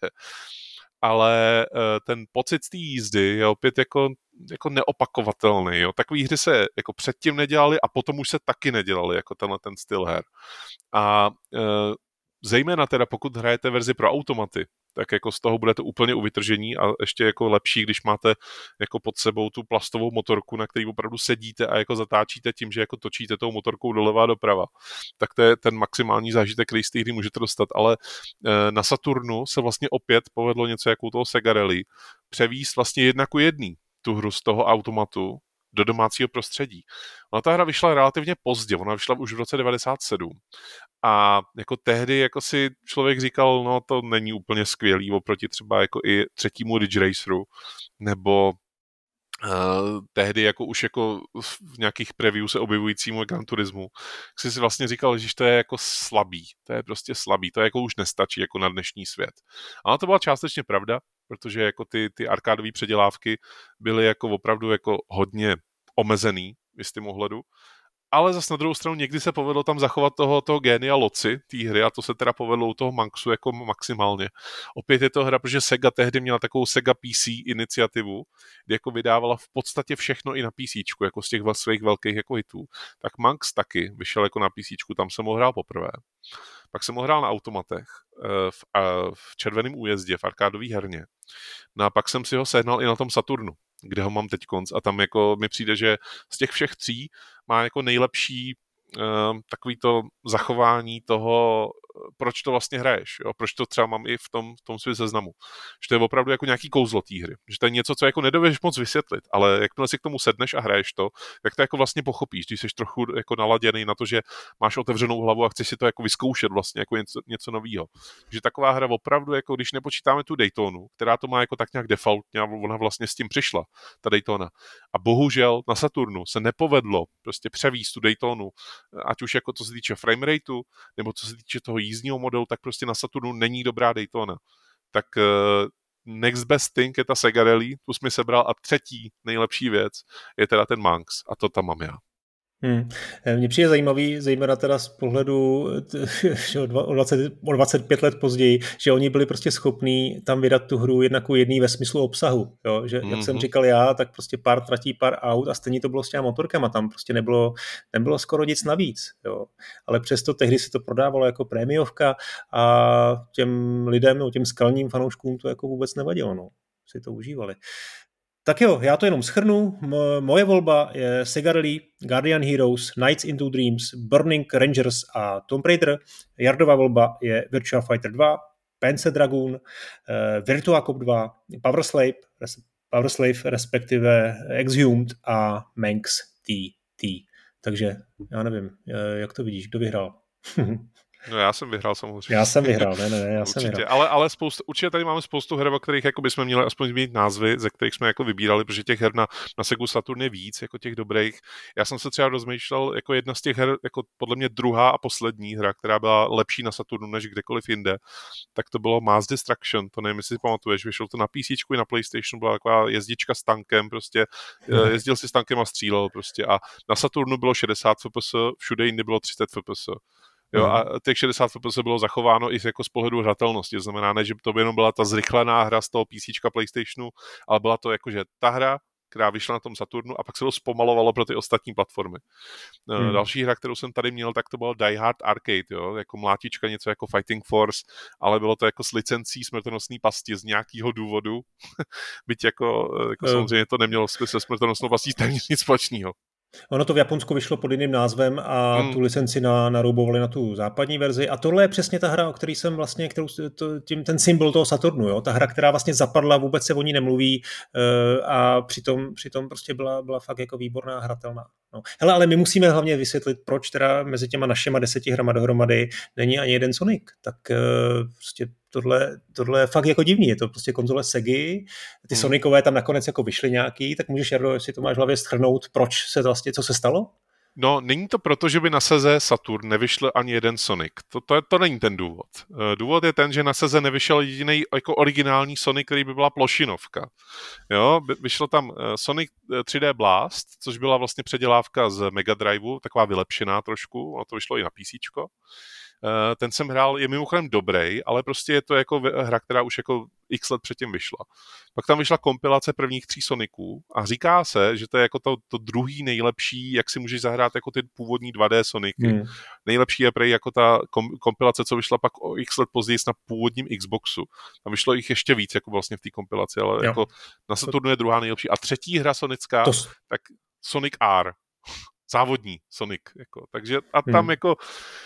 Ale ten pocit z té jízdy je opět jako neopakovatelný. Jo? Takový hry se jako předtím nedělali a potom už se taky nedělali, jako tenhle ten styl her. A zejména teda pokud hrajete verzi pro automaty, tak jako z toho bude to úplně u vytržení a ještě jako lepší, když máte jako pod sebou tu plastovou motorku, na který opravdu sedíte a jako zatáčíte tím, že jako točíte tou motorkou doleva a doprava. Tak to je ten maximální zážitek, který z té hry můžete dostat, ale na Saturnu se vlastně opět povedlo něco jako u toho Sega Rally, převíst vlastně 1:1 tu hru z toho automatu do domácího prostředí. Ona ta hra vyšla relativně pozdě, ona vyšla už v roce 1997 a jako tehdy jako si člověk říkal, no to není úplně skvělý oproti třeba jako i třetímu Ridge Raceru, nebo tehdy jako už jako v nějakých preview se objevujícímu Gran Turismu, si vlastně říkal, že to je jako slabý, to je prostě slabý, to jako už nestačí jako na dnešní svět. Ale to byla částečně pravda, protože jako ty arkádové předělávky byly jako opravdu jako hodně omezený v jistém ohledu. ale zase na druhou stranu někdy se povedlo tam zachovat toho génia loci té hry a to se teda povedlo u toho Monksu jako maximálně. Opět je to hra, protože Sega tehdy měla takovou Sega PC iniciativu, kdy jako vydávala v podstatě všechno i na PC, jako z těch svých velkých jako hitů. Tak Monks taky vyšel jako na PC, tam jsem ho hrál poprvé. Pak jsem ho hrál na automatech v Červeném újezdě, v arkádové herně. No a pak jsem si ho sehnal i na tom Saturnu, kde ho mám teďkonc a tam jako mi přijde, že z těch všech tří má jako nejlepší takový to zachování toho, proč to vlastně hraješ, jo? Proč to třeba mám i v tom svém seznamu. Že to je opravdu jako nějaký kouzlo té hry. Že to je něco, co jako nedovedeš moc vysvětlit, ale jakmile si k tomu sedneš a hraješ to, tak to jako vlastně pochopíš, když jsi trochu jako naladěný na to, že máš otevřenou hlavu a chceš si to jako vyzkoušet vlastně jako něco nového. Že taková hra opravdu, jako když nepočítáme tu Daytonu, která to má jako tak nějak defaultně a ona vlastně s tím přišla, ta Daytona. A bohužel na Saturnu se nepovedlo prostě převíst tu Daytonu, ať už jako co se týče framerateu, nebo co se týče toho jízdního modelu, tak prostě na Saturnu není dobrá Daytona. Tak next best thing je ta Sega Rally, tu jsi mi sebral a třetí nejlepší věc je teda ten Monks a to tam mám já. Mně přijde zajímavý, zejména teda z pohledu o 25 let později, že oni byli prostě schopní tam vydat tu hru jedný ve smyslu obsahu. Jo? Že, jak jsem říkal já, tak prostě pár tratí, pár aut a stejně to bylo s těma motorkama. Tam prostě nebylo skoro nic navíc. Jo? Ale přesto tehdy se to prodávalo jako prémiovka a těm lidem, těm skalním fanouškům to jako vůbec nevadilo. No. Si to užívali. Tak jo, já to jenom shrnu. Moje volba je Sega Rally, Guardian Heroes, Nights into Dreams, Burning Rangers a Tomb Raider. Jardova volba je Virtua Fighter 2, Panzer Dragoon, Virtua Cop 2, Power Slave respektive Exhumed a Manx TT. Takže já nevím, jak to vidíš, kdo vyhrál? No já jsem vyhrál samozřejmě. Já jsem vyhrál, já jsem vyhrál. Ale určitě tady máme spoustu her, o kterých jako bychom měli aspoň zmínit názvy, ze kterých jsme jako vybírali, protože těch her na Segu Saturn je víc, jako těch dobrých. Já jsem se třeba rozmýšlel, jako jedna z těch her, jako podle mě druhá a poslední hra, která byla lepší na Saturnu než kdekoliv jinde, tak to bylo Mass Destruction, to nevím, jestli si pamatuješ, vyšlo to na PC i na PlayStation, byla taková jezdička s tankem, prostě jezdil si s tankem a střílel prostě a na Saturnu bylo 60 fps, všude jinde bylo 30 fps. Jo, a těch 60 fps bylo zachováno i jako z pohledu hratelnosti. Znamená, ne, že to by jenom byla ta zrychlená hra z toho PC PlayStationu, ale byla to jakože ta hra, která vyšla na tom Saturnu a pak se to zpomalovalo pro ty ostatní platformy. Další hra, kterou jsem tady měl, tak to byl Die Hard Arcade, jo, jako mlátička, něco jako Fighting Force, ale bylo to jako s licencí smrtonosný pasti z nějakého důvodu. Byť jako samozřejmě to nemělo se smrtonosnou pastí téměř nic společného. Ono to v Japonsku vyšlo pod jiným názvem a tu licenci naroubovali na tu západní verzi a tohle je přesně ta hra, o který jsem vlastně, ten symbol toho Saturnu, jo? Ta hra, která vlastně zapadla, vůbec se o ní nemluví a přitom prostě byla fakt jako výborná, hratelná. No. Hele, ale my musíme hlavně vysvětlit, proč teda mezi těma našima 10 hrama dohromady není ani jeden Sonic. Tak prostě tohle je fakt jako divný. Je to prostě konzole Segy, ty Sonicové tam nakonec jako vyšly nějaký, tak můžeš, Jardo, jestli to máš v hlavě shrnout, proč se to vlastně, co se stalo? No, není to proto, že by na Seze Saturn nevyšel ani jeden Sonic. To není ten důvod. Důvod je ten, že na Seze nevyšel jediný jako originální Sonic, který by byla plošinovka. Jo, vyšlo tam Sonic 3D Blast, což byla vlastně předělávka z Mega Driveu, taková vylepšená trošku, ono to vyšlo i na PCčko. Ten jsem hrál, je mimochodem dobrý, ale prostě je to jako hra, která už jako x let předtím vyšla. Pak tam vyšla kompilace prvních 3 Soniců a říká se, že to je jako to druhý nejlepší, jak si můžeš zahrát jako ty původní 2D Sonicy. Nejlepší je prej jako ta kompilace, co vyšla pak o x let později na původním Xboxu. Tam vyšlo jich ještě víc, jako vlastně v té kompilaci, ale jako na Saturnu je druhá nejlepší. A třetí hra sonická, tak Sonic R. Závodní Sonic. Jako. Takže a tam jako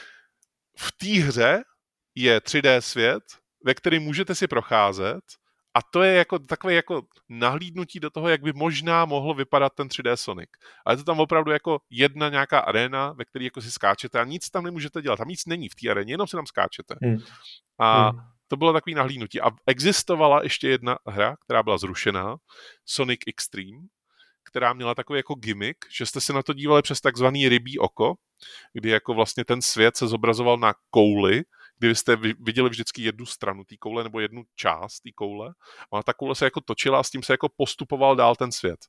v té hře je 3D svět, ve kterém můžete si procházet a to je jako takové jako nahlídnutí do toho, jak by možná mohlo vypadat ten 3D Sonic. Ale to tam opravdu jako jedna nějaká arena, ve které jako si skáčete a nic tam nemůžete dělat. Tam nic není v té aréně, jenom si tam skáčete. A to bylo takový nahlídnutí. A existovala ještě jedna hra, která byla zrušená, Sonic Extreme, která měla takový jako gimmick, že jste se na to dívali přes takzvaný rybí oko, kdy jako vlastně ten svět se zobrazoval na kouli, kdy jste viděli vždycky jednu stranu té koule nebo jednu část té koule a ta koule se jako točila a s tím se jako postupoval dál ten svět.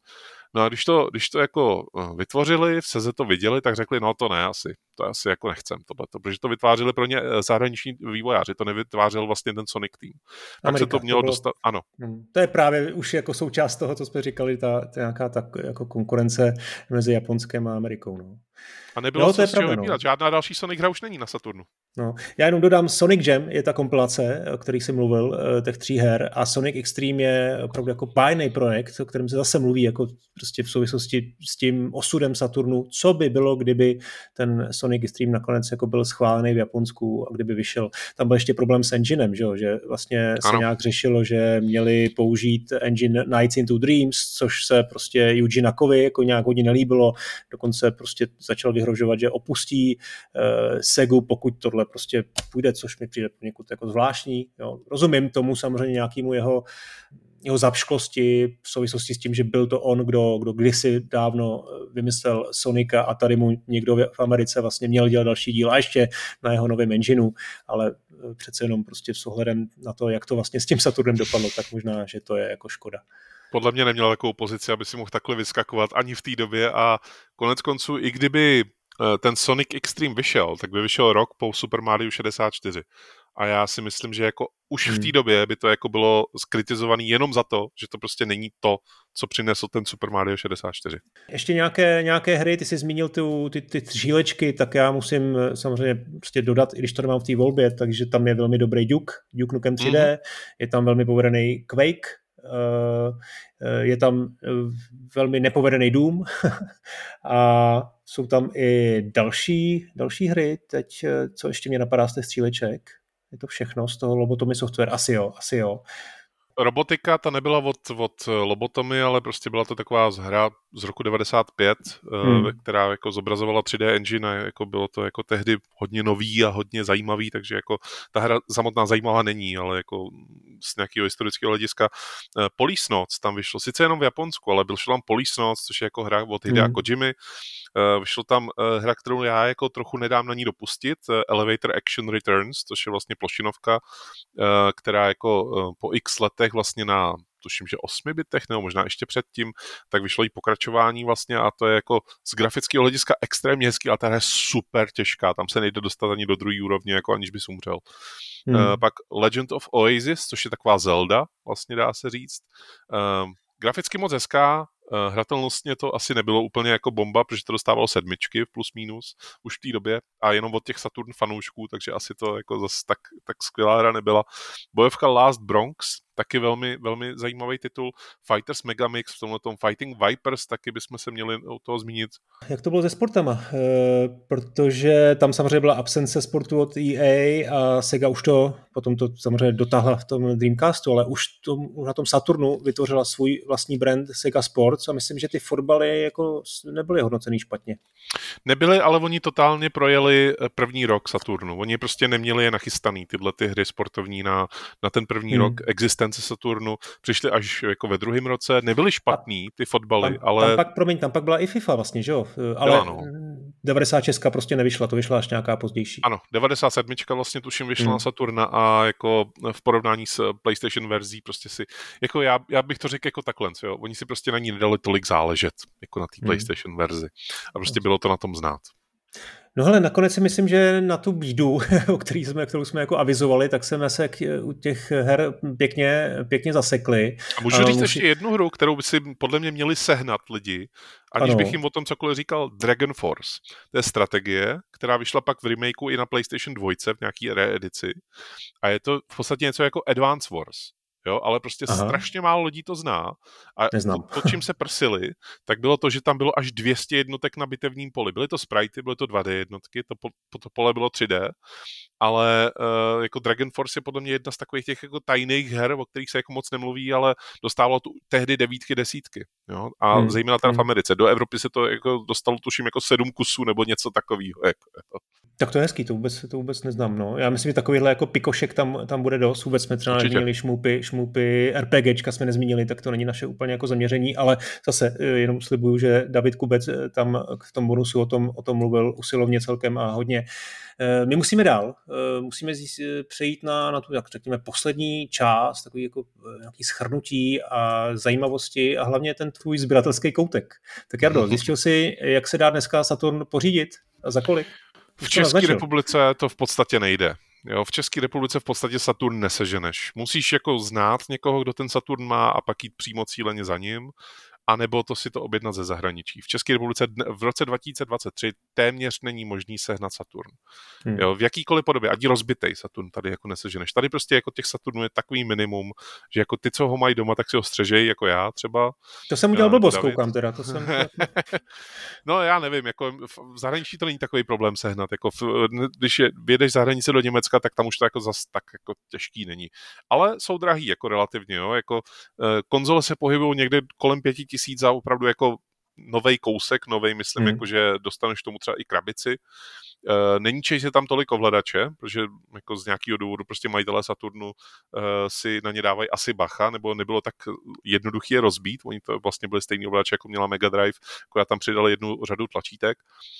No a když to jako vytvořili, v Seze to viděli, tak řekli, no to ne asi. To asi jako nechcem tohleto, protože to vytvářeli pro ně zahraniční vývojáři, to nevytvářel vlastně ten Sonic Team. Pak se to Amerika, mělo dostat, ano. To je právě už jako součást toho, co jsme říkali, ta nějaká jako konkurence mezi Japonskem a Amerikou. No. A nebylo Jo, co z čeho vybírat. Žádná další Sonic hra už není na Saturnu. No. Já jenom dodám, Sonic Jam je ta kompilace, o kterých jsem mluvil, těch 3 her, a Sonic Extreme je opravdu jako bájný projekt, o kterém se zase mluví jako prostě v souvislosti s tím osudem Saturnu, co by bylo, kdyby ten Sonic Extreme nakonec jako byl schválený v Japonsku a kdyby vyšel. Tam byl ještě problém s enginem, že vlastně se nějak řešilo, že měli použít engine Nights into Dreams, což se prostě Yuji Nakovi jako nějak hodně nelíbilo, dokonce prostě začal vyhrožovat, že opustí Segu, pokud tohle prostě půjde, což mi přijde někud jako zvláštní. Jo. Rozumím tomu samozřejmě nějakému jeho zapšklosti v souvislosti s tím, že byl to on, kdo kdysi dávno vymyslel Sonika a tady mu někdo v Americe vlastně měl dělat další díl a ještě na jeho novém engineu, ale přece jenom prostě s ohledem na to, jak to vlastně s tím Saturnem dopadlo, tak možná, že to je jako škoda. Podle mě neměl takovou pozici, aby si mohl takhle vyskakovat ani v té době a konec konců, i kdyby ten Sonic Extreme vyšel, tak by vyšel rok po Super Mario 64. A já si myslím, že jako už v té době by to jako bylo skritizované jenom za to, že to prostě není to, co přinesl ten Super Mario 64. Ještě nějaké hry, ty jsi zmínil ty střílečky, tak já musím samozřejmě prostě dodat, i když to nemám v té volbě, takže tam je velmi dobrý Duke Nukem 3D, je tam velmi povedený Quake, je tam velmi nepovedený Doom a jsou tam i další hry. Teď, co ještě mě napadá z těch stříleček? Je to všechno z toho Lobotomy Software? Asi jo. Robotika, ta nebyla od Lobotomy, ale prostě byla to taková hra z roku 95, která jako zobrazovala 3D engine a jako bylo to jako tehdy hodně nový a hodně zajímavý, takže jako ta hra samotná zajímavá není, ale jako z nějakého historického hlediska. Police Notes tam vyšlo, sice jenom v Japonsku, ale vyšlo tam Police Notes, což je jako hra od Hidea Kojimy. Vyšlo tam hra, kterou já jako trochu nedám na ní dopustit, Elevator Action Returns, což je vlastně plošinovka, která jako po x letech vlastně na tuším, že 8 bitech, nebo možná ještě předtím, tak vyšlo jí pokračování vlastně a to je jako z grafického hlediska extrémně hezký, ale ta hra je super těžká, tam se nejde dostat ani do druhé úrovně, jako aniž bys umřel. Pak Legend of Oasis, což je taková Zelda, vlastně dá se říct. Graficky moc hezká, hratelnostně to asi nebylo úplně jako bomba, protože to dostávalo 7 plus minus už v té době a jenom od těch Saturn fanoušků, takže asi to jako zase tak skvělá hra nebyla. Bojovka Last Bronx, taky velmi, velmi zajímavý titul. Fighters Megamix, v tomhletom Fighting Vipers, taky bychom se měli o toho zmínit. Jak to bylo se sportama? Protože tam samozřejmě byla absence sportu od EA a Sega už to, potom to samozřejmě dotáhla v tom Dreamcastu, ale už na tom Saturnu vytvořila svůj vlastní brand Sega Sports a myslím, že ty fotbaly jako nebyly hodnocený špatně. Nebyly, ale oni totálně projeli první rok Saturnu. Oni prostě neměli je nachystaný, tyhle ty hry sportovní na ten první rok existence Saturnu. Přišli až jako ve druhém roce. Nebyly špatný ty fotbaly, ale... Tam pak byla i FIFA vlastně, že jo? Ale 96 prostě nevyšla, to vyšla až nějaká pozdější. Ano, 97 vlastně tuším vyšla na Saturna a jako v porovnání s PlayStation verzí prostě si... Jako já bych to řekl jako takhle, jo? Oni si prostě na ní nedali tolik záležet, jako na té PlayStation verzi. A prostě bylo to na tom znát. No hele, nakonec si myslím, že na tu bídu, kterou jsme jako avizovali, tak jsme se u těch her pěkně zasekli. A můžu říct ještě jednu hru, kterou by si podle mě měli sehnat lidi, aniž bych jim o tom cokoliv říkal, Dragon Force. To je strategie, která vyšla pak v remakeu i na PlayStation 2 v nějaký reedici. A je to v podstatě něco jako Advance Wars. Jo, ale prostě strašně málo lidí to zná. A to, čím se prsili, tak bylo to, že tam bylo až 200 jednotek na bitevním poli. Byly to spritey, byly to 2D jednotky, to pole bylo 3D, ale jako Dragon Force je podle mě jedna z takových těch jako tajných her, o kterých se jako moc nemluví, ale dostávalo tu tehdy 9, 10. Jo? A zejména teda v Americe. Do Evropy se to jako dostalo tuším jako 7 kusů nebo něco takového. Tak to je hezký, to vůbec neznám. No. Já myslím, že takovýhle jako pikošek tam bude dost. Vůbec jsme třeba neměli šmupy, RPGčka jsme nezmínili, tak to není naše úplně jako zaměření, ale zase jenom slibuju, že David Kubec tam v tom bonusu o tom mluvil usilovně celkem a hodně. My musíme dál, musíme přejít na tu, jak řekněme, poslední část, takový jako nějaký shrnutí a zajímavosti a hlavně ten tvůj sběratelský koutek. Tak Jardo, zjistil jsi, jak se dá dneska Saturn pořídit a za kolik? V České republice to v podstatě nejde. Jo, v České republice v podstatě Saturn neseženeš. Musíš jako znát někoho, kdo ten Saturn má a pak jít přímo cíleně za ním, anebo to si to objednat ze zahraničí. V České republice v roce 2023 téměř není možný sehnat Saturn. Jo, v jakýkoliv podobě, ať rozbitej Saturn tady jako neseženeš. Tady prostě jako těch Saturnů je takový minimum, že jako ty, co ho mají doma, tak si ho střežej, jako já třeba. To jsem udělal blbost, koukám teda. To jsem... No já nevím, jako v zahraničí to není takový problém sehnat. Jako když vyjedeš za hranice do Německa, tak tam už to jako zas tak jako těžký není. Ale jsou drahý jako relativně, jo. Jako konzole se pohybují někde kolem 5 000 za opravdu jako novej kousek, myslím, jako že dostaneš tomu třeba i krabici. Není čej, že tam tolik ovladače, protože jako z nějakého důvodu prostě majitelé Saturnu si na ně dávají asi bacha, nebo nebylo tak jednoduché je rozbít. Oni to vlastně byly stejný ovladače, jako měla Mega Drive, akorát tam přidali jednu řadu tlačítek.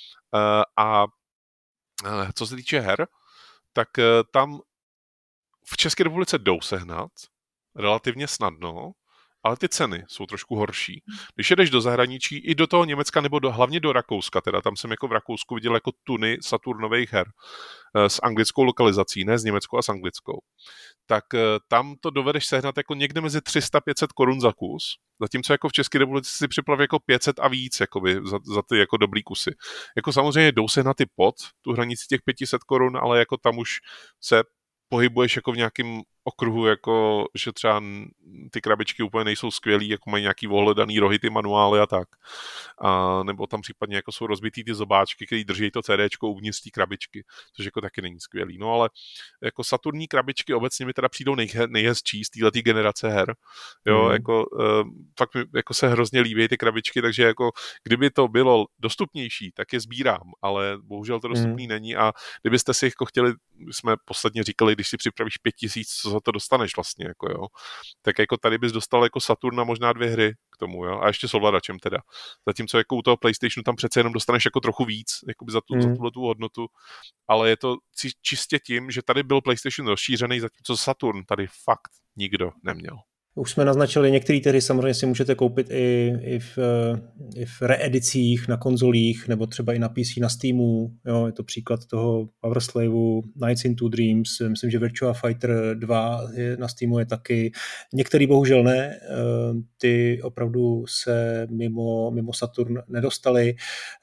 A co se týče her, tak tam v České republice jdou sehnat relativně snadno, ale ty ceny jsou trošku horší. Když jedeš do zahraničí, i do toho Německa, nebo hlavně do Rakouska, teda tam jsem jako v Rakousku viděl jako tuny Saturnových her s anglickou lokalizací, ne s německou a s anglickou, tak tam to dovedeš sehnat jako někde mezi 300-500 korun za kus, zatímco jako v České republice si připraví jako 500 a víc jakoby, za ty jako dobrý kusy. Jako samozřejmě jdou sehnat ty pod tu hranici těch 500 korun, ale jako tam už se pohybuješ jako v nějakém okruhu, jako že třeba ty krabičky úplně nejsou skvělý, jako mají nějaký ohledaný rohy, ty manuály a tak. A nebo tam případně jako jsou rozbitý ty zobáčky, který drží to CDčko uvnitř té krabičky, což jako taky není skvělý. No ale jako Saturnní krabičky obecně mi teda přijdou nejhezčí z této generace her. Jo, jako fakt mi jako se hrozně líbí ty krabičky, takže jako kdyby to bylo dostupnější, tak je sbírám, ale bohužel to dostupný není a kdybyste si jako chtěli, jsme posledně říkali, když si připravíš 5000, co za to dostaneš vlastně, jako jo. Tak jako tady bys dostal jako Saturn a možná 2 hry k tomu, jo. A ještě s ovladačem teda. Zatímco jako u toho PlayStationu tam přece jenom dostaneš jako trochu víc, jakoby za tu hodnotu, ale je to čistě tím, že tady byl PlayStation rozšířený, zatímco Saturn tady fakt nikdo neměl. Už jsme naznačili, některé hry samozřejmě si můžete koupit i v reedicích na konzolích, nebo třeba i na PC na Steamu. Jo, je to příklad toho Power Slaveu, Nights into Dreams, myslím, že Virtua Fighter 2 na Steamu je taky. Některý bohužel ne, ty opravdu se mimo Saturn nedostali.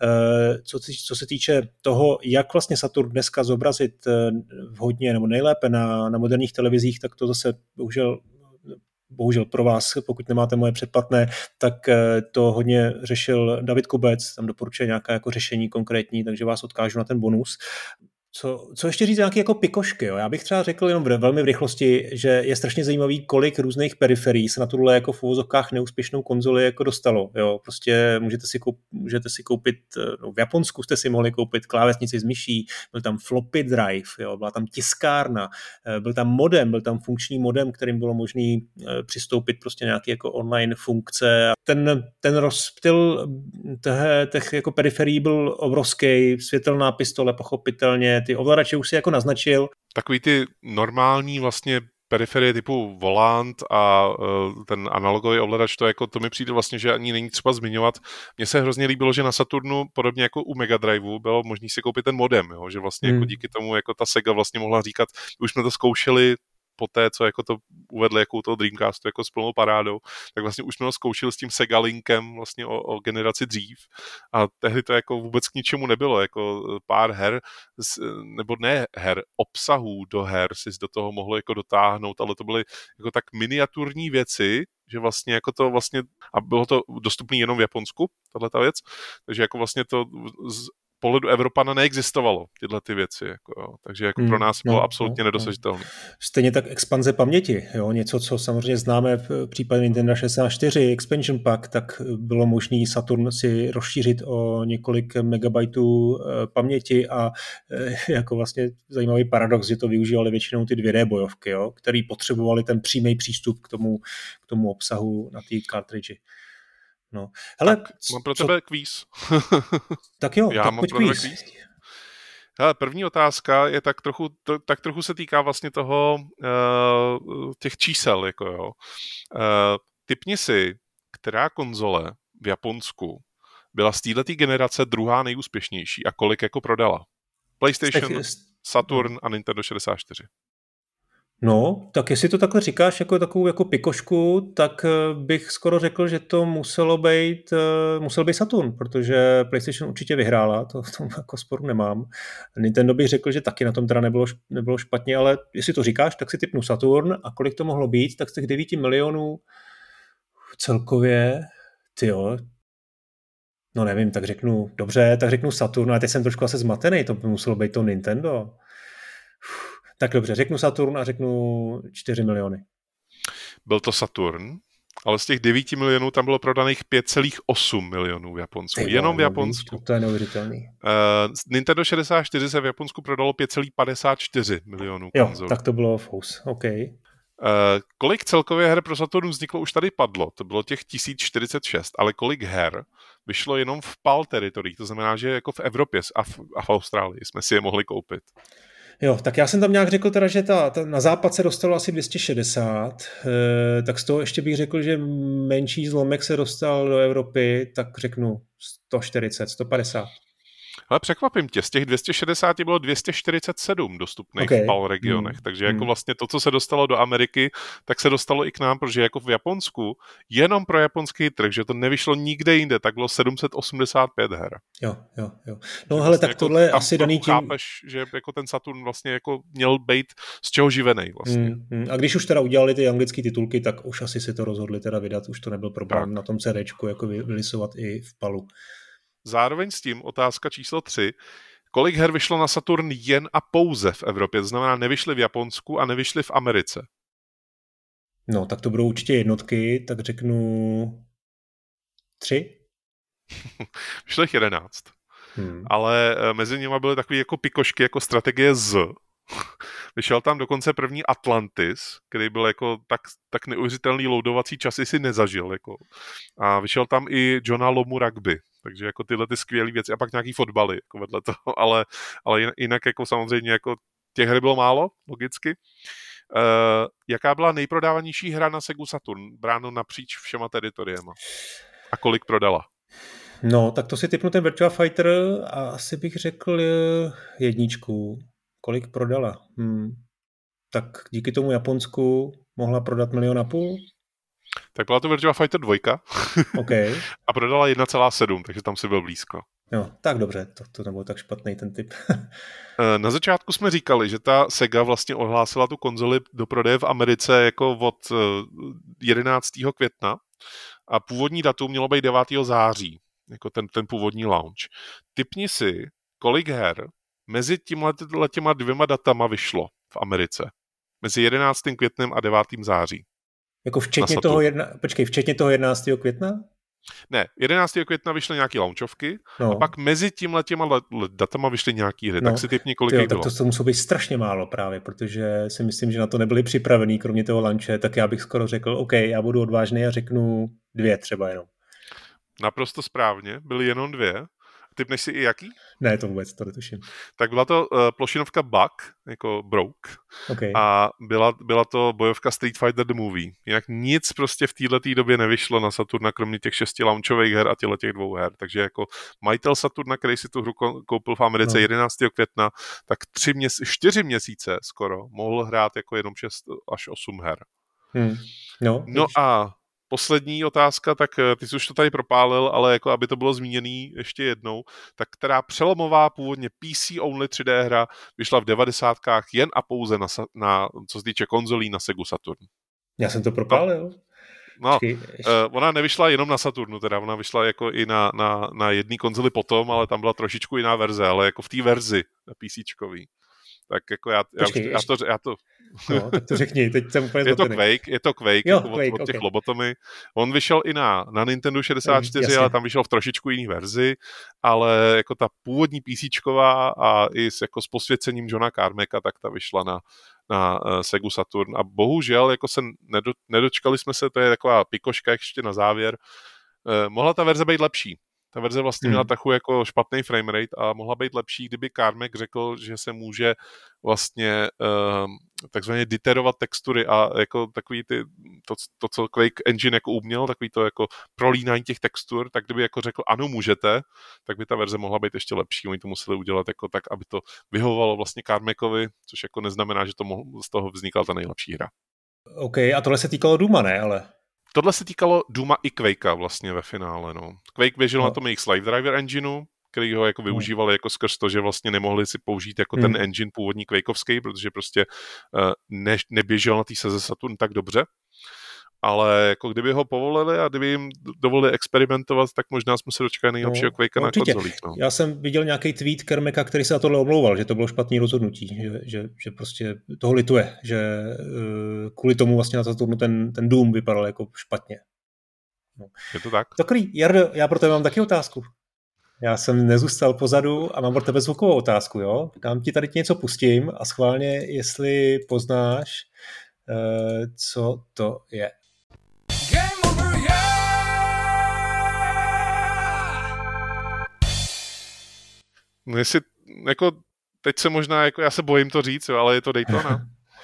Co se týče toho, jak vlastně Saturn dneska zobrazit vhodně nebo nejlépe na moderních televizích, tak to zase bohužel pro vás, pokud nemáte moje předplatné, tak to hodně řešil David Kubec, tam doporučuje nějaké jako řešení konkrétní, takže vás odkážu na ten bonus. Co ještě říct nějaké jako pikošky? Jo? Já bych třeba řekl jenom velmi v rychlosti, že je strašně zajímavý, kolik různých periferií se na tuhle jako v uvozovkách neúspěšnou konzoli jako dostalo. Jo? Prostě můžete si koupit, no v Japonsku jste si mohli koupit klávesnici s myší, byl tam floppy drive, jo? Byla tam tiskárna, byl tam modem, byl tam funkční modem, kterým bylo možné přistoupit prostě nějaké jako online funkce. Ten rozptyl těch jako periferií byl obrovský, světelná pistole pochopitelně, ty ovladače už si jako naznačil. Takový ty normální vlastně periferie typu volant a ten analogový ovladač, to mi přijde vlastně, že ani není třeba zmiňovat. Mně se hrozně líbilo, že na Saturnu, podobně jako u Mega Driveu, bylo možné si koupit ten modem, jo? Že vlastně jako díky tomu jako ta Sega vlastně mohla říkat, už jsme to zkoušeli po té, co jako to uvedli jako u toho Dreamcastu jako s plnou parádou, tak vlastně už jsme ho zkoušeli s tím Sega Linkem vlastně o generaci dřív a tehdy to jako vůbec k ničemu nebylo, jako pár her, nebo ne her, obsahů do her si do toho mohlo jako dotáhnout, ale to byly jako tak miniaturní věci, že vlastně jako to vlastně, a bylo to dostupné jenom v Japonsku, tahleta věc, takže jako vlastně to pohledu Evropana neexistovalo tyhle ty věci. Jako, jo. Takže jako pro nás bylo absolutně nedosažitelné. Stejně tak expanze paměti. Jo. Něco, co samozřejmě známe v případě Nintendo 64, Expansion Pack, tak bylo možné Saturn si rozšířit o několik megabajtů paměti a jako vlastně zajímavý paradox, že to využívali většinou ty 2D bojovky, jo, který potřebovali ten přímý přístup k tomu obsahu na té cartridge. No. Hele, tak, mám pro tebe kvíz. Tak jo, já tak mám pojď pro tebe kvíz. Hele, první otázka je tak trochu se týká vlastně toho těch čísel. Jako jo. Tipni si, která konzole v Japonsku byla z této generace druhá nejúspěšnější a kolik jako prodala? PlayStation, Saturn a Nintendo 64. No, tak jestli to takhle říkáš jako takovou jako pikošku, tak bych skoro řekl, že to musel být Saturn, protože PlayStation určitě vyhrála, to jako sporu nemám. Nintendo bych řekl, že taky na tom teda nebylo špatně, ale jestli to říkáš, tak si tipnu Saturn a kolik to mohlo být, tak z těch 9 milionů celkově, tyjo, no nevím, tak řeknu Saturn, a teď jsem trošku asi zmatený, to by muselo být to Nintendo. Tak dobře, řeknu Saturn a řeknu 4 miliony. Byl to Saturn, ale z těch 9 milionů tam bylo prodaných 5,8 milionů v Japonsku. Jenom v Japonsku. To je neuvěřitelný. Nintendo 64 se v Japonsku prodalo 5,54 milionů konzolů. Jo, tak to bylo fous, OK. Kolik celkově her pro Saturn vzniklo, už tady padlo. To bylo těch 1046, ale kolik her vyšlo jenom v PAL teritoriích, to znamená, že jako v Evropě a v Austrálii jsme si je mohli koupit. Jo, tak já jsem tam nějak řekl teda, že na západ se dostalo asi 260, tak z toho ještě bych řekl, že menší zlomek se dostal do Evropy, tak řeknu 140, 150. Ale překvapím tě, z těch 260 bylo 247 dostupných v PAL regionech, takže jako vlastně to, co se dostalo do Ameriky, tak se dostalo i k nám, protože jako v Japonsku, jenom pro japonský trh, že to nevyšlo nikde jinde, tak bylo 785 her. Jo. No hele, tak jako tohle je asi daný tím... Chápeš, že jako ten Saturn vlastně jako měl být z čeho živenej vlastně. A když už teda udělali ty anglické titulky, tak už asi si to rozhodli teda vydat, už to nebyl problém tak na tom CDčku jako vylisovat i v PALu. Zároveň s tím otázka číslo 3. Kolik her vyšlo na Saturn jen a pouze v Evropě? To znamená, nevyšly v Japonsku a nevyšly v Americe. No, tak to budou určitě jednotky, tak řeknu 3. Vyšlo jich 11. Ale mezi nimi byly takové jako pikošky, jako strategie Z. Vyšel tam dokonce první Atlantis, který byl jako tak neuvěřitelný loadovací časy si nezažil. Jako. A vyšel tam i Johna Lomu Rugby. Takže jako tyhle ty skvělé věci a pak nějaký fotbaly jako vedle toho, ale jinak jako samozřejmě jako těch her bylo málo, logicky. Jaká byla nejprodávanější hra na Segu Saturn, bráno napříč všema teritoriema? A kolik prodala? No, tak to si tipnu ten Virtua Fighter a asi bych řekl 1. Kolik prodala? Tak díky tomu Japonsku mohla prodat 1,5 milionu? Tak byla to Virtua Fighter 2 okay. A prodala 1,7, takže tam si byl blízko. Jo, tak dobře, to nebyl tak špatný ten typ. Na začátku jsme říkali, že ta Sega vlastně ohlásila tu konzoli do prodeje v Americe jako od 11. května a původní datum mělo být 9. září, jako ten původní launch. Tipni si, kolik her mezi těma dvěma datama vyšlo v Americe. Mezi 11. květnem a 9. září. Jako včetně toho 11. května? Ne, 11. května vyšly nějaký launchovky a pak mezi těma datama vyšly nějaký hry. Tak si tipni, kolik jich bylo. Tak to muselo být strašně málo právě, protože si myslím, že na to nebyli připravený, kromě toho launche, tak já bych skoro řekl, OK, já budu odvážný a řeknu 2 třeba jenom. Naprosto správně, byly jenom 2. Tipneš si i jaký? Ne, to vůbec, to netuším. Tak byla to plošinovka Bug, jako Broke. Okay. A byla to bojovka Street Fighter The Movie. Jinak nic prostě v této době nevyšlo na Saturna, kromě těch 6 launchových her a těch 2 her. Takže jako majitel Saturna, který si tu hru koupil v Americe 11. května, tak 4 měsíce skoro mohl hrát jako jenom 6 až 8 her. No a poslední otázka, tak ty jsi už to tady propálil, ale jako aby to bylo zmíněný ještě jednou, tak která přelomová původně PC-only 3D hra vyšla v 90kách jen a pouze na co se týče konzolí na Segu Saturn. Já jsem to propálil. No, ona nevyšla jenom na Saturnu, teda ona vyšla jako i na jedné konzoli potom, ale tam byla trošičku jiná verze, ale jako v té verzi PCčkový. Tak jako já to... No, tak to řekni, teď jsem úplně je to Quake jo, jako Quake, od těch okay. Lobotomy. On vyšel i na Nintendo 64, ale tam vyšel v trošičku jiný verzi, ale jako ta původní PCčková a i s posvěcením Johna Carmacka, tak ta vyšla na Segu Saturn a bohužel jako se nedočkali jsme se, to je taková pikoška ještě na závěr, mohla ta verze být lepší. Ta verze vlastně měla takový jako špatný framerate a mohla být lepší, kdyby Carmack řekl, že se může vlastně takzvaně diterovat textury a jako takový to, co Quake Engine jako uměl, takový to jako prolínání těch textur, tak kdyby jako řekl ano, můžete, tak by ta verze mohla být ještě lepší. Oni to museli udělat jako tak, aby to vyhovovalo vlastně Carmackovi, což jako neznamená, že z toho vznikla ta nejlepší hra. OK, a tohle se týkalo Duma, ne, ale... Tohle se týkalo Duma i Quakea vlastně ve finále, no. Quake běžel na tom jejich Live Driver engineu, který ho jako využívali jako skrz to, že vlastně nemohli si použít jako ten engine původní Quakeovský, protože prostě neběžel na té Seze Saturn tak dobře. Ale jako kdyby ho povolili a kdyby jim dovolili experimentovat, tak možná jsme se dočkali nejlepšího Quakea na konzolích. No. Já jsem viděl nějaký tweet Carmacka, který se na tohle omlouval, že to bylo špatný rozhodnutí, že prostě toho lituje, že kvůli tomu vlastně na Saturnu ten Doom vypadal jako špatně. No. Je to tak? Dobrý, Jardo, já pro tebe mám taky otázku. Já jsem nezůstal pozadu a mám pro tebe zvukovou otázku, jo? Dám ti tady něco pustím a schválně, jestli poznáš, co to je. No jestli, jako, teď se možná, jako, já se bojím to říct, jo, ale je to Daytona.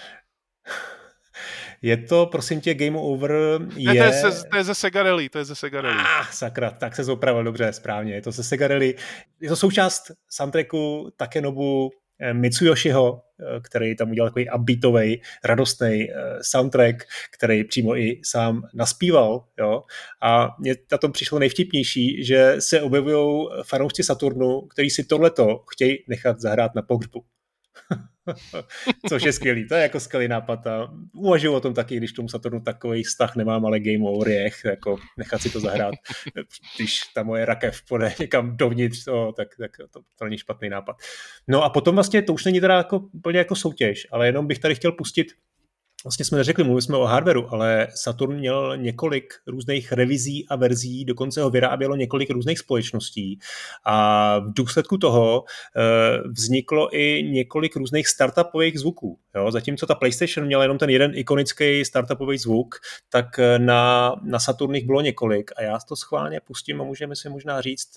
Je to, prosím tě, Game Over je... Ne, to je ze Sega Rally, sakra, tak se zopravil, dobře, správně. Je to ze Sega Rally. Je to součást soundtracku Takenobu Mitsuyoshiho, který tam udělal takový upbeatovej, radostný soundtrack, který přímo i sám naspíval. Jo? A mně na tom přišlo nejvtipnější, že se objevují fanoušci Saturnu, kteří si tohleto chtějí nechat zahrát na pohřbu. Což je skvělý, to je jako skvělý nápad a uvažuji o tom taky, když tomu Saturnu takový vztah nemám, ale Game Over je, jako nechat si to zahrát, když ta moje rakev půjde někam dovnitř, tak to není špatný nápad. No a potom vlastně to už není teda jako, úplně jako soutěž, ale jenom bych tady chtěl pustit. Vlastně jsme neřekli, mluvili jsme o hardwareu, ale Saturn měl několik různých revizí a verzí, dokonce ho vyrábělo několik různých společností a v důsledku toho vzniklo i několik různých startupových zvuků. Jo? Zatímco ta PlayStation měla jenom ten jeden ikonický startupový zvuk, tak na Saturnech bylo několik a já to schválně pustím a můžeme si možná říct,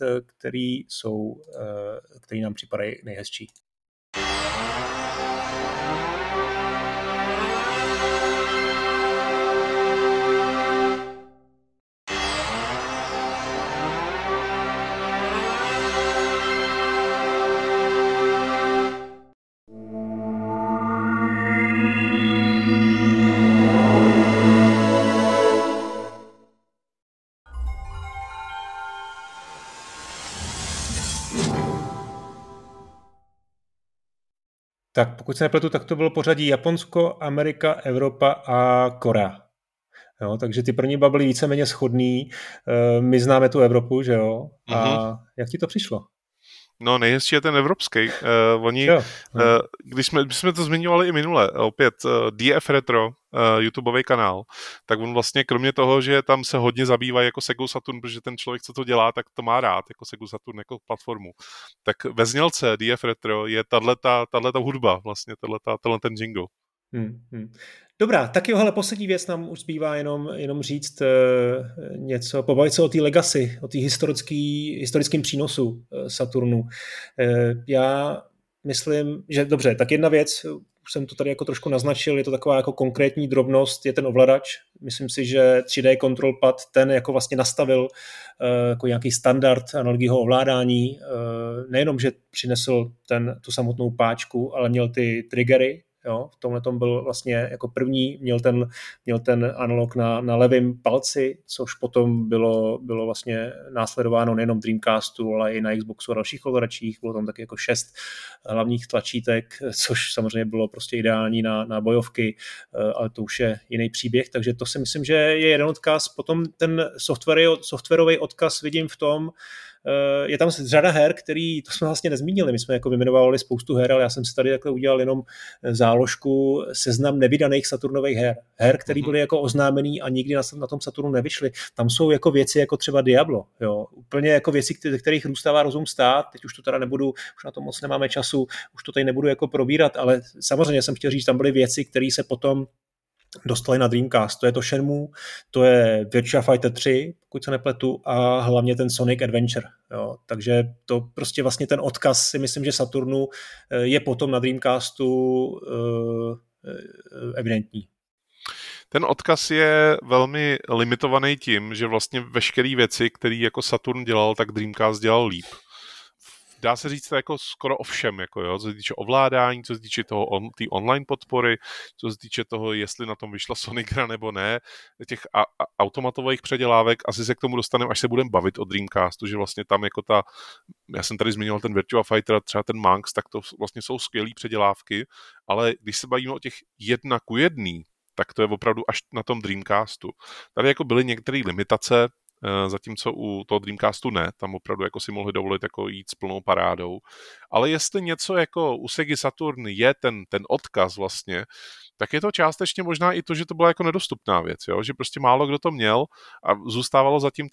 který nám připadají nejhezčí. Tak pokud se nepletu, tak to bylo pořadí Japonsko, Amerika, Evropa a Korea. Jo, takže ty první dva byly víceméně shodný. My známe tu Evropu, že jo? A jak ti to přišlo? No nejhezčí je ten evropský. Když jsme to zmiňovali i minule, opět DF Retro, YouTubeový kanál, tak on vlastně kromě toho, že tam se hodně zabývá jako Sega Saturn, protože ten člověk, co to dělá, tak to má rád, jako Sega Saturn, jako platformu. Tak ve znělce DF Retro je tato hudba, vlastně tenhle ten jingle. Dobrá, tak jo, hele, poslední věc nám už zbývá jenom říct něco, pobavit se o té legacy, o té historickém přínosu Saturnu. Já myslím, že dobře, tak jedna věc, už jsem to tady jako trošku naznačil, je to taková jako konkrétní drobnost, je ten ovladač. Myslím si, že 3D Control Pad ten jako vlastně nastavil jako nějaký standard analogového ovládání. Nejenom, že přinesl tu samotnou páčku, ale měl ty triggery, Jo? V tomhle tom byl vlastně jako první, měl ten analog na levém palci, což potom bylo vlastně následováno nejenom Dreamcastu, ale i na Xboxu a dalších ovladačích. Bylo tam taky jako 6 hlavních tlačítek, což samozřejmě bylo prostě ideální na bojovky, ale to už je jiný příběh, takže to si myslím, že je jeden odkaz. Potom ten softwarový odkaz vidím v tom, je tam řada her, který, to jsme vlastně nezmínili, my jsme jako vyjmenovali spoustu her, ale já jsem si tady takhle udělal jenom záložku seznam nevydaných Saturnových her. Her, které byly jako oznámený a nikdy na tom Saturnu nevyšly. Tam jsou jako věci jako třeba Diablo, jo. Úplně jako věci, ze kterých růstává rozum stát, teď už to teda nebudu, už na to moc nemáme času, už to tady nebudu jako probírat, ale samozřejmě jsem chtěl říct, tam byly věci, které se potom dostali na Dreamcast. To je to Shenmue, to je Virtua Fighter 3, pokud se nepletu, a hlavně ten Sonic Adventure. Jo. Takže to prostě vlastně ten odkaz si myslím, že Saturnu je potom na Dreamcastu evidentní. Ten odkaz je velmi limitovaný tím, že vlastně veškeré věci, které jako Saturn dělal, tak Dreamcast dělal líp. Dá se říct to jako skoro o všem, jako jo, co se týče ovládání, co se týče toho té online podpory, co se týče toho, jestli na tom vyšla Sonic hra nebo ne, těch automatových předělávek, asi se k tomu dostaneme, až se budeme bavit o Dreamcastu, že vlastně tam jako já jsem tady zmiňoval ten Virtua Fighter, třeba ten Manx, tak to vlastně jsou skvělý předělávky, ale když se bavíme o těch 1:1, tak to je opravdu až na tom Dreamcastu. Tady jako byly některé limitace, zatímco u toho Dreamcastu ne, tam opravdu jako si mohli dovolit jako jít s plnou parádou. Ale jestli něco jako u Sega Saturn je ten odkaz vlastně, tak je to částečně možná i to, že to byla jako nedostupná věc, jo? Že prostě málo kdo to měl a zůstávalo zatím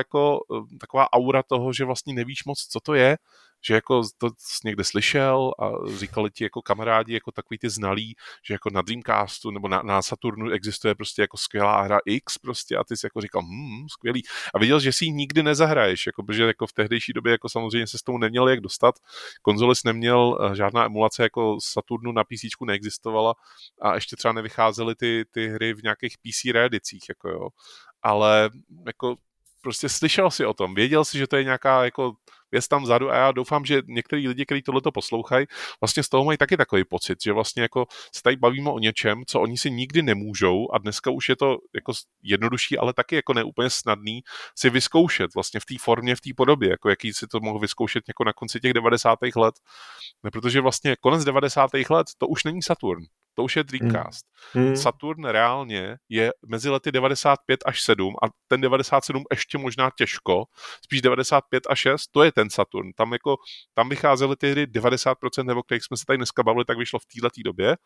taková aura toho, že vlastně nevíš moc, co to je, že jako to jsi někde slyšel a říkali ti jako kamarádi, jako takový ty znalí, že jako na Dreamcastu nebo na Saturnu existuje prostě jako skvělá hra X prostě a ty jsi jako říkal, skvělý. A viděl, že si ji nikdy nezahraješ, jako, protože jako v tehdejší době jako samozřejmě se s tomu neměl jak dostat. Konzolis neměl, žádná emulace jako Saturnu na PC neexistovala a ještě třeba nevycházely ty hry v nějakých PC reedicích, jako jo. Ale jako prostě slyšel si o tom, věděl si, že to je nějaká jako věc tam vzadu a já doufám, že některý lidi, kteří tohleto poslouchají, vlastně z toho mají taky takový pocit, že vlastně jako se tady bavíme o něčem, co oni si nikdy nemůžou a dneska už je to jako jednodušší, ale taky jako neúplně snadný si vyzkoušet vlastně v té formě, v té podobě, jako jaký si to mohl vyzkoušet jako na konci těch 90. let. Ne, protože vlastně konec 90. let to už není Saturn. To už je Dreamcast. Saturn reálně je mezi lety 95 až 7 a ten 97 ještě možná těžko, spíš 95 a 6, to je ten Saturn. Tam vycházely ty hry 90%, nebo kterých jsme se tady dneska bavili, tak vyšlo v této době.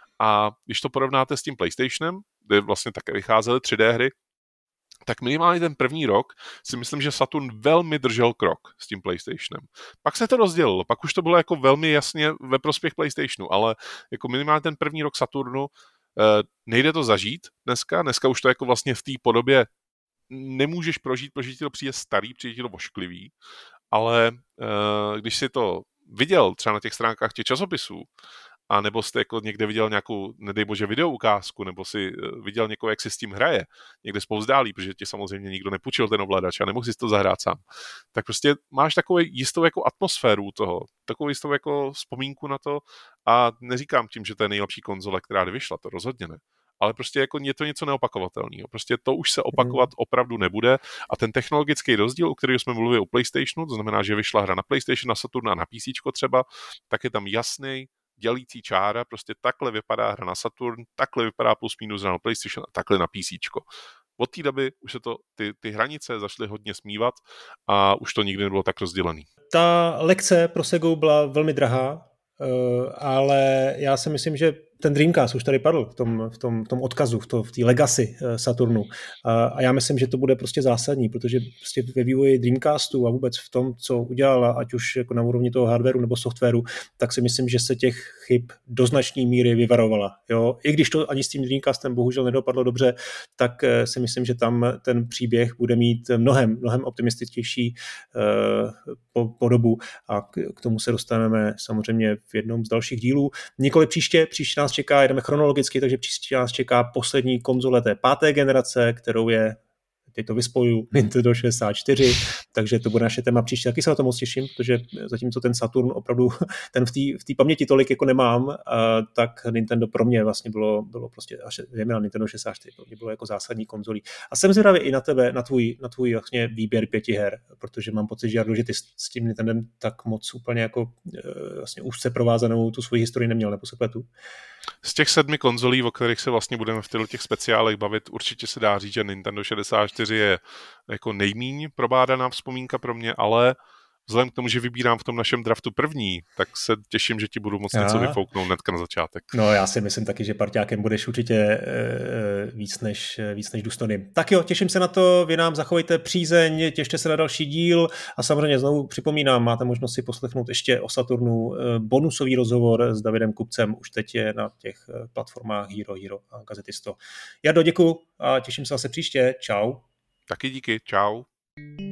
A když to porovnáte s tím PlayStationem, kde vlastně také vycházely 3D hry, tak minimálně ten první rok si myslím, že Saturn velmi držel krok s tím PlayStationem. Pak se to rozdělilo, pak už to bylo jako velmi jasně ve prospěch PlayStationu, ale jako minimálně ten první rok Saturnu nejde to zažít dneska už to jako vlastně v té podobě nemůžeš prožít, protože ti to přijde starý, přijde ti to vošklivý, ale když si to viděl třeba na těch stránkách těch časopisů, a nebo jste jako někde viděl nějakou, nedej bože, videoukázku, nebo si viděl někoho, jak si s tím hraje, někde zpovzdálí, protože ti samozřejmě nikdo nepůjčil ten ovladač a nemohl si to zahrát sám. Tak prostě máš takovou jistou jako atmosféru toho, takovou jistou jako vzpomínku na to a neříkám tím, že to je nejlepší konzole, která vyšla, to rozhodně ne. Ale prostě jako je to něco neopakovatelného. Prostě to už se opakovat opravdu nebude a ten technologický rozdíl, o kterém jsme mluvili u PlayStationu, to znamená, že vyšla hra na PlayStation, na Saturn a na PC třeba, tak je tam jasný dělící čára, prostě takhle vypadá hra na Saturn, takhle vypadá plus minus hra na PlayStation a takhle na PC. Od té doby už se to ty hranice začaly hodně smívat a už to nikdy nebylo tak rozdělený. Ta lekce pro Segu byla velmi drahá, ale já si myslím, že ten Dreamcast už tady padl v tom odkazu, v té legacy Saturnu. A já myslím, že to bude prostě zásadní, protože prostě ve vývoji Dreamcastu a vůbec v tom, co udělala, ať už jako na úrovni toho hardwareu nebo softwaru, tak si myslím, že se těch chyb do značné míry vyvarovala. Jo? I když to ani s tím Dreamcastem bohužel nedopadlo dobře, tak si myslím, že tam ten příběh bude mít mnohem optimističtější podobu a k tomu se dostaneme samozřejmě v jednom z dalších dílů. Nikoli příště nás čeká, jdeme chronologicky, takže příště nás čeká poslední konzole té 5. generace, kterou je teď to vyspoju, Nintendo 64, takže to bude naše téma příště. Taky se na to moc těším, protože zatímco ten Saturn opravdu, ten v té paměti tolik jako nemám, tak Nintendo pro mě vlastně bylo prostě, až na Nintendo 64, pro mě bylo jako zásadní konzolí. A jsem zvědavý i na tebe, na tvůj vlastně výběr 5 her, protože mám pocit, že Jardo, že ty s tím Nintendem tak moc úplně jako vlastně úzce provázanou tu svoji historii neměl, nebo se pletu? Z těch 7 konzolí, o kterých se vlastně budeme v těch speciálech bavit, určitě se dá říct, že Nintendo 64 je jako nejmíň probádaná vzpomínka pro mě, ale vzhledem k tomu, že vybírám v tom našem draftu první, tak se těším, že ti budu moct něco vyfouknout hnedka na začátek. No, já si myslím taky, že parťákem budeš určitě víc než důstojným. Tak jo, těším se na to, vy nám zachovejte přízeň, těšte se na další díl a samozřejmě znovu připomínám, máte možnost si poslechnout ještě o Saturnu bonusový rozhovor s Davidem Kupcem, už teď je na těch platformách Hero a Gazetisto. Jardo, děkuju a těším se zase příště, čau. Taky díky, čau.